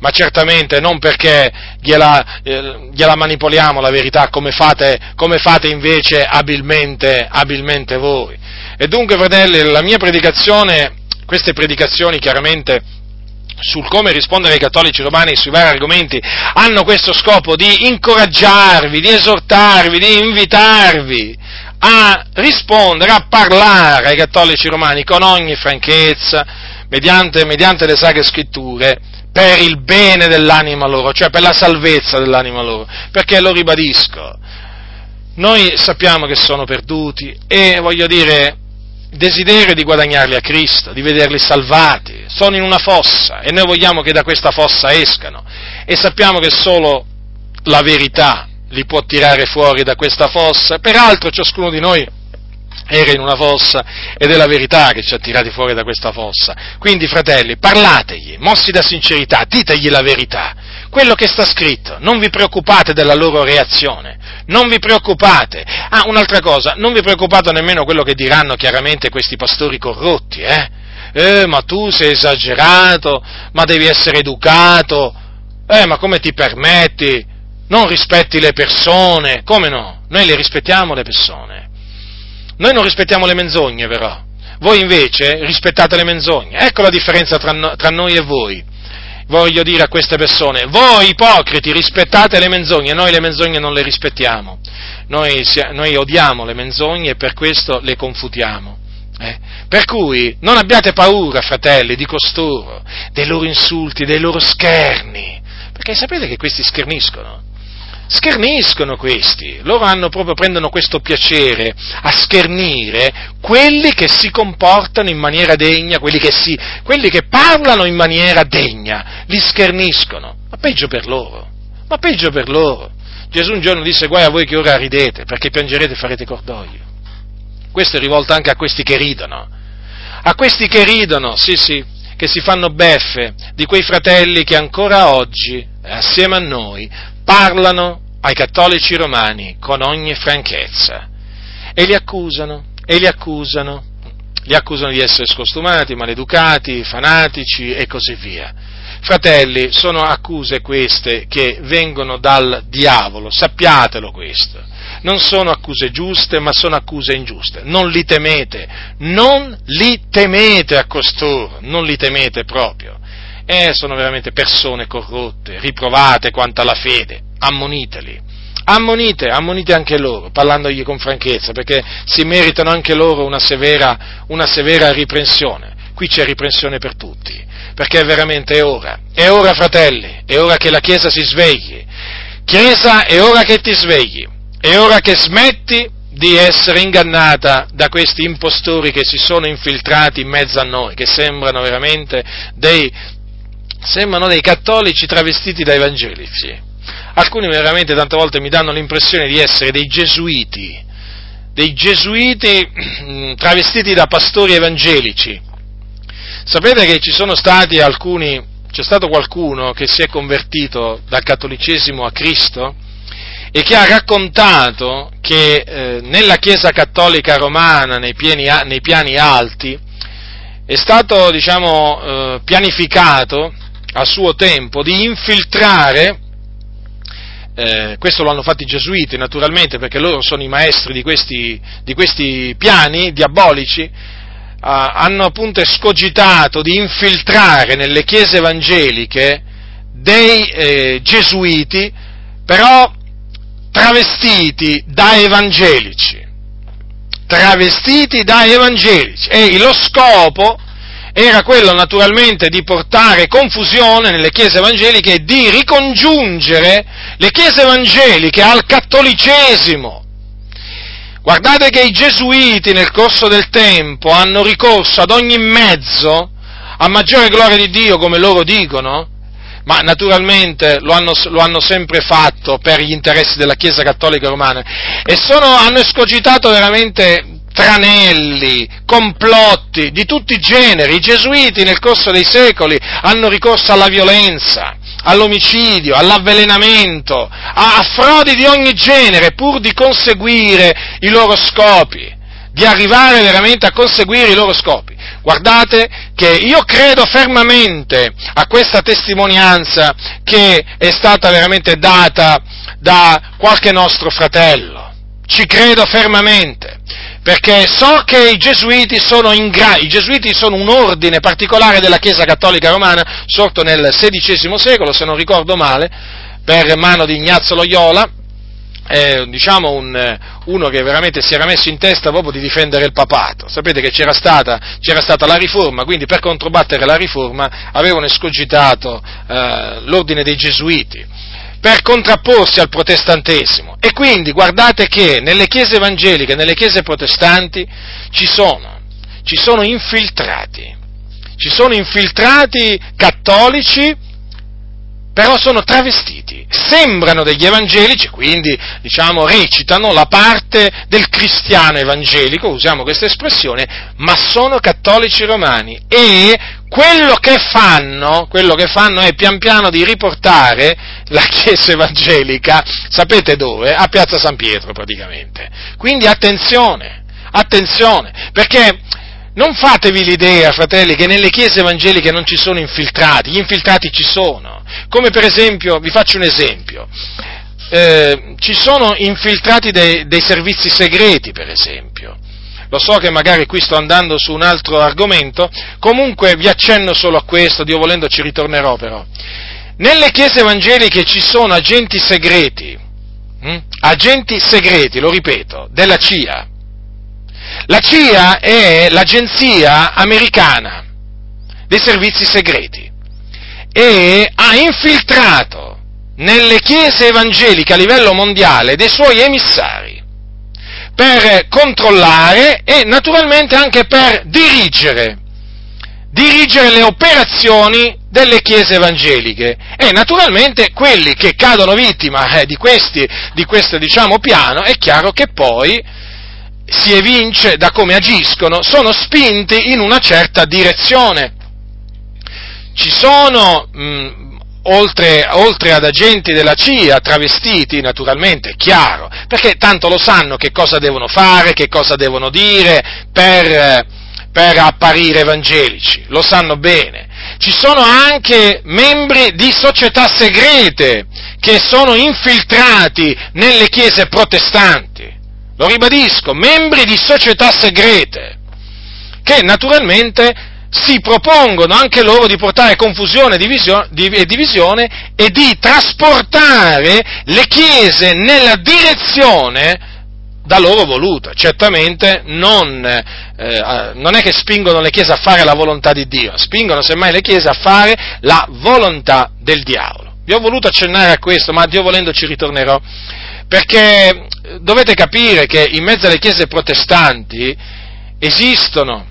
ma certamente non perché gliela manipoliamo la verità come fate invece abilmente voi. E dunque, fratelli, la mia predicazione, queste predicazioni chiaramente sul come rispondere ai cattolici romani sui vari argomenti, hanno questo scopo di incoraggiarvi, di esortarvi, di invitarvi a rispondere, a parlare ai cattolici romani con ogni franchezza, mediante le Sacre Scritture, per il bene dell'anima loro, cioè per la salvezza dell'anima loro, perché lo ribadisco, noi sappiamo che sono perduti e voglio dire, desiderio di guadagnarli a Cristo, di vederli salvati, sono in una fossa e noi vogliamo che da questa fossa escano e sappiamo che solo la verità li può tirare fuori da questa fossa. Peraltro ciascuno di noi era in una fossa ed è la verità che ci ha tirati fuori da questa fossa. Quindi, fratelli, parlategli, mossi da sincerità, ditegli la verità, quello che sta scritto, non vi preoccupate della loro reazione, non vi preoccupate. Un'altra cosa, non vi preoccupate nemmeno quello che diranno chiaramente questi pastori corrotti, ma tu sei esagerato, ma devi essere educato, ma come ti permetti? Non rispetti le persone, come no? Noi le rispettiamo le persone. Noi non rispettiamo le menzogne, però. Voi invece rispettate le menzogne. Ecco la differenza tra noi e voi. Voglio dire a queste persone, voi ipocriti rispettate le menzogne, noi le menzogne non le rispettiamo. Noi odiamo le menzogne e per questo le confutiamo. Per cui non abbiate paura, fratelli, di costoro, dei loro insulti, dei loro scherni, perché sapete che questi scherniscono questi, loro prendono questo piacere a schernire quelli che si comportano in maniera degna, quelli che parlano in maniera degna, li scherniscono, ma peggio per loro. Gesù un giorno disse: guai a voi che ora ridete, perché piangerete e farete cordoglio. Questo è rivolto anche a questi che ridono, sì, che si fanno beffe di quei fratelli che ancora oggi, assieme a noi, parlano ai cattolici romani con ogni franchezza e li accusano di essere scostumati, maleducati, fanatici e così via. Fratelli, sono accuse queste che vengono dal diavolo, sappiatelo questo. Non sono accuse giuste, ma sono accuse ingiuste. Non li temete a costoro, non li temete proprio. Sono veramente persone corrotte, riprovate quanto alla fede. Ammonite anche loro, parlandogli con franchezza, perché si meritano anche loro una severa riprensione. Qui c'è riprensione per tutti, perché veramente è ora, fratelli, è ora che la Chiesa si svegli. Chiesa, è ora che ti svegli, è ora che smetti di essere ingannata da questi impostori che si sono infiltrati in mezzo a noi, che sembrano veramente dei cattolici travestiti da evangelici. Alcuni veramente tante volte mi danno l'impressione di essere dei gesuiti travestiti da pastori evangelici. Sapete che c'è stato qualcuno che si è convertito dal cattolicesimo a Cristo e che ha raccontato che nella Chiesa cattolica romana, nei piani alti, è stato, pianificato a suo tempo di infiltrare, questo lo hanno fatto i gesuiti naturalmente, perché loro sono i maestri di questi piani diabolici, hanno appunto escogitato di infiltrare nelle chiese evangeliche dei gesuiti, però travestiti da evangelici, e lo scopo era quello naturalmente di portare confusione nelle chiese evangeliche e di ricongiungere le chiese evangeliche al cattolicesimo. Guardate che i gesuiti nel corso del tempo hanno ricorso ad ogni mezzo, a maggiore gloria di Dio, come loro dicono, ma naturalmente lo hanno sempre fatto per gli interessi della Chiesa cattolica romana, e hanno escogitato veramente tranelli, complotti di tutti i generi. I gesuiti nel corso dei secoli hanno ricorso alla violenza, all'omicidio, all'avvelenamento, a frodi di ogni genere, pur di conseguire i loro scopi, di arrivare veramente a conseguire i loro scopi. guardate che io credo fermamente a questa testimonianza che è stata veramente data da qualche nostro fratello. Ci credo fermamente, perché so che i Gesuiti sono un ordine particolare della Chiesa Cattolica Romana, sorto nel XVI secolo, se non ricordo male, per mano di Ignazio Loyola, uno che veramente si era messo in testa proprio di difendere il papato. Sapete che c'era stata la riforma, quindi per controbattere la riforma avevano escogitato l'ordine dei Gesuiti per contrapporsi al protestantesimo. E quindi guardate che nelle chiese evangeliche, nelle chiese protestanti ci sono infiltrati cattolici, però sono travestiti, sembrano degli evangelici, quindi recitano la parte del cristiano evangelico, usiamo questa espressione, ma sono cattolici romani, e quello che fanno è pian piano di riportare la Chiesa evangelica, sapete dove? A Piazza San Pietro praticamente. Quindi attenzione, perché non fatevi l'idea, fratelli, che nelle chiese evangeliche non ci sono infiltrati, gli infiltrati ci sono, come per esempio, vi faccio un esempio, ci sono infiltrati dei servizi segreti, per esempio. Lo so che magari qui sto andando su un altro argomento, comunque vi accenno solo a questo, Dio volendo ci ritornerò però. Nelle chiese evangeliche ci sono agenti segreti, lo ripeto, della CIA. La CIA è l'agenzia americana dei servizi segreti e ha infiltrato nelle chiese evangeliche a livello mondiale dei suoi emissari per controllare e naturalmente anche per dirigere le operazioni delle chiese evangeliche, e naturalmente quelli che cadono vittima di questo piano, è chiaro che poi si evince da come agiscono, sono spinti in una certa direzione. Ci sono, oltre ad agenti della CIA, travestiti, naturalmente, è chiaro, perché tanto lo sanno che cosa devono fare, che cosa devono dire per apparire evangelici, lo sanno bene. Ci sono anche membri di società segrete che sono infiltrati nelle chiese protestanti. Lo ribadisco, membri di società segrete, che naturalmente si propongono anche loro di portare confusione e divisione e di trasportare le chiese nella direzione da loro voluta. Certamente non è che spingono le chiese a fare la volontà di Dio, spingono semmai le chiese a fare la volontà del diavolo. Vi ho voluto accennare a questo, ma Dio volendo ci ritornerò, perché dovete capire che in mezzo alle chiese protestanti esistono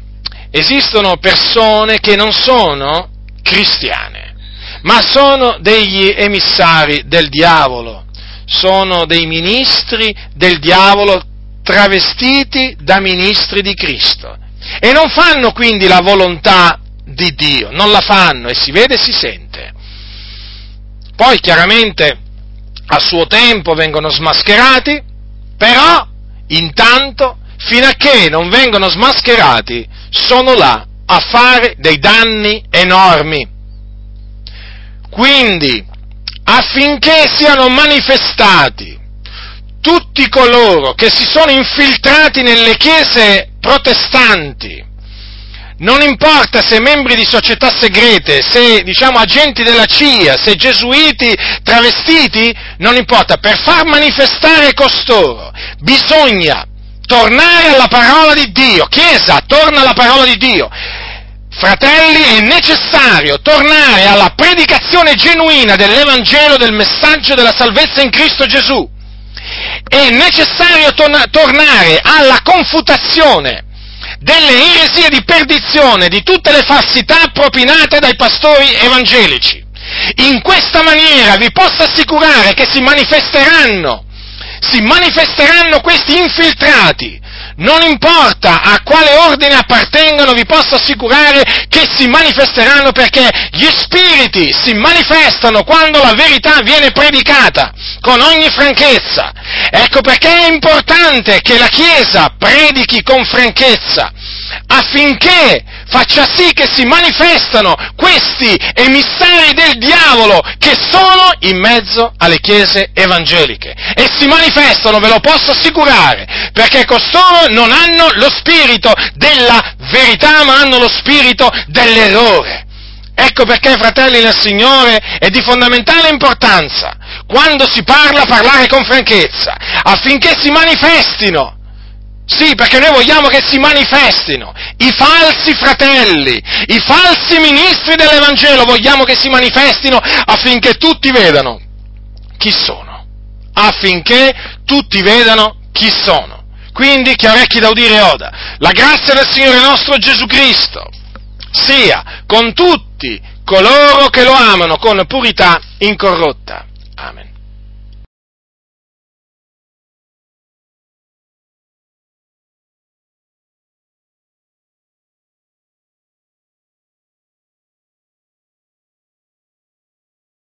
persone che non sono cristiane, ma sono degli emissari del diavolo, sono dei ministri del diavolo travestiti da ministri di Cristo, e non fanno quindi la volontà di Dio, non la fanno, e si vede e si sente. Poi chiaramente a suo tempo vengono smascherati, però intanto, fino a che non vengono smascherati, sono là a fare dei danni enormi. Quindi, affinché siano manifestati tutti coloro che si sono infiltrati nelle chiese protestanti, non importa se membri di società segrete, se agenti della CIA, se gesuiti travestiti, non importa, per far manifestare costoro bisogna tornare alla parola di Dio. Chiesa, torna alla parola di Dio. Fratelli, è necessario tornare alla predicazione genuina dell'Evangelo, del messaggio della salvezza in Cristo Gesù. È necessario tornare alla confutazione delle eresie di perdizione, di tutte le falsità propinate dai pastori evangelici. In questa maniera vi posso assicurare che si manifesteranno questi infiltrati. Non importa a quale ordine appartengono, vi posso assicurare che si manifesteranno, perché gli spiriti si manifestano quando la verità viene predicata con ogni franchezza. Ecco perché è importante che la Chiesa predichi con franchezza, affinché faccia sì che si manifestano questi emissari del diavolo che sono in mezzo alle chiese evangeliche. E si manifestano, ve lo posso assicurare, perché costoro non hanno lo spirito della verità, ma hanno lo spirito dell'errore. Ecco perché, fratelli nel Signore, è di fondamentale importanza, quando si parla, parlare con franchezza, affinché si manifestino. Sì, perché noi vogliamo che si manifestino i falsi fratelli, i falsi ministri dell'Evangelo, vogliamo che si manifestino affinché tutti vedano chi sono, affinché tutti vedano chi sono. Quindi, chi ha orecchi da udire oda. La grazia del Signore nostro Gesù Cristo sia con tutti coloro che lo amano con purità incorrotta.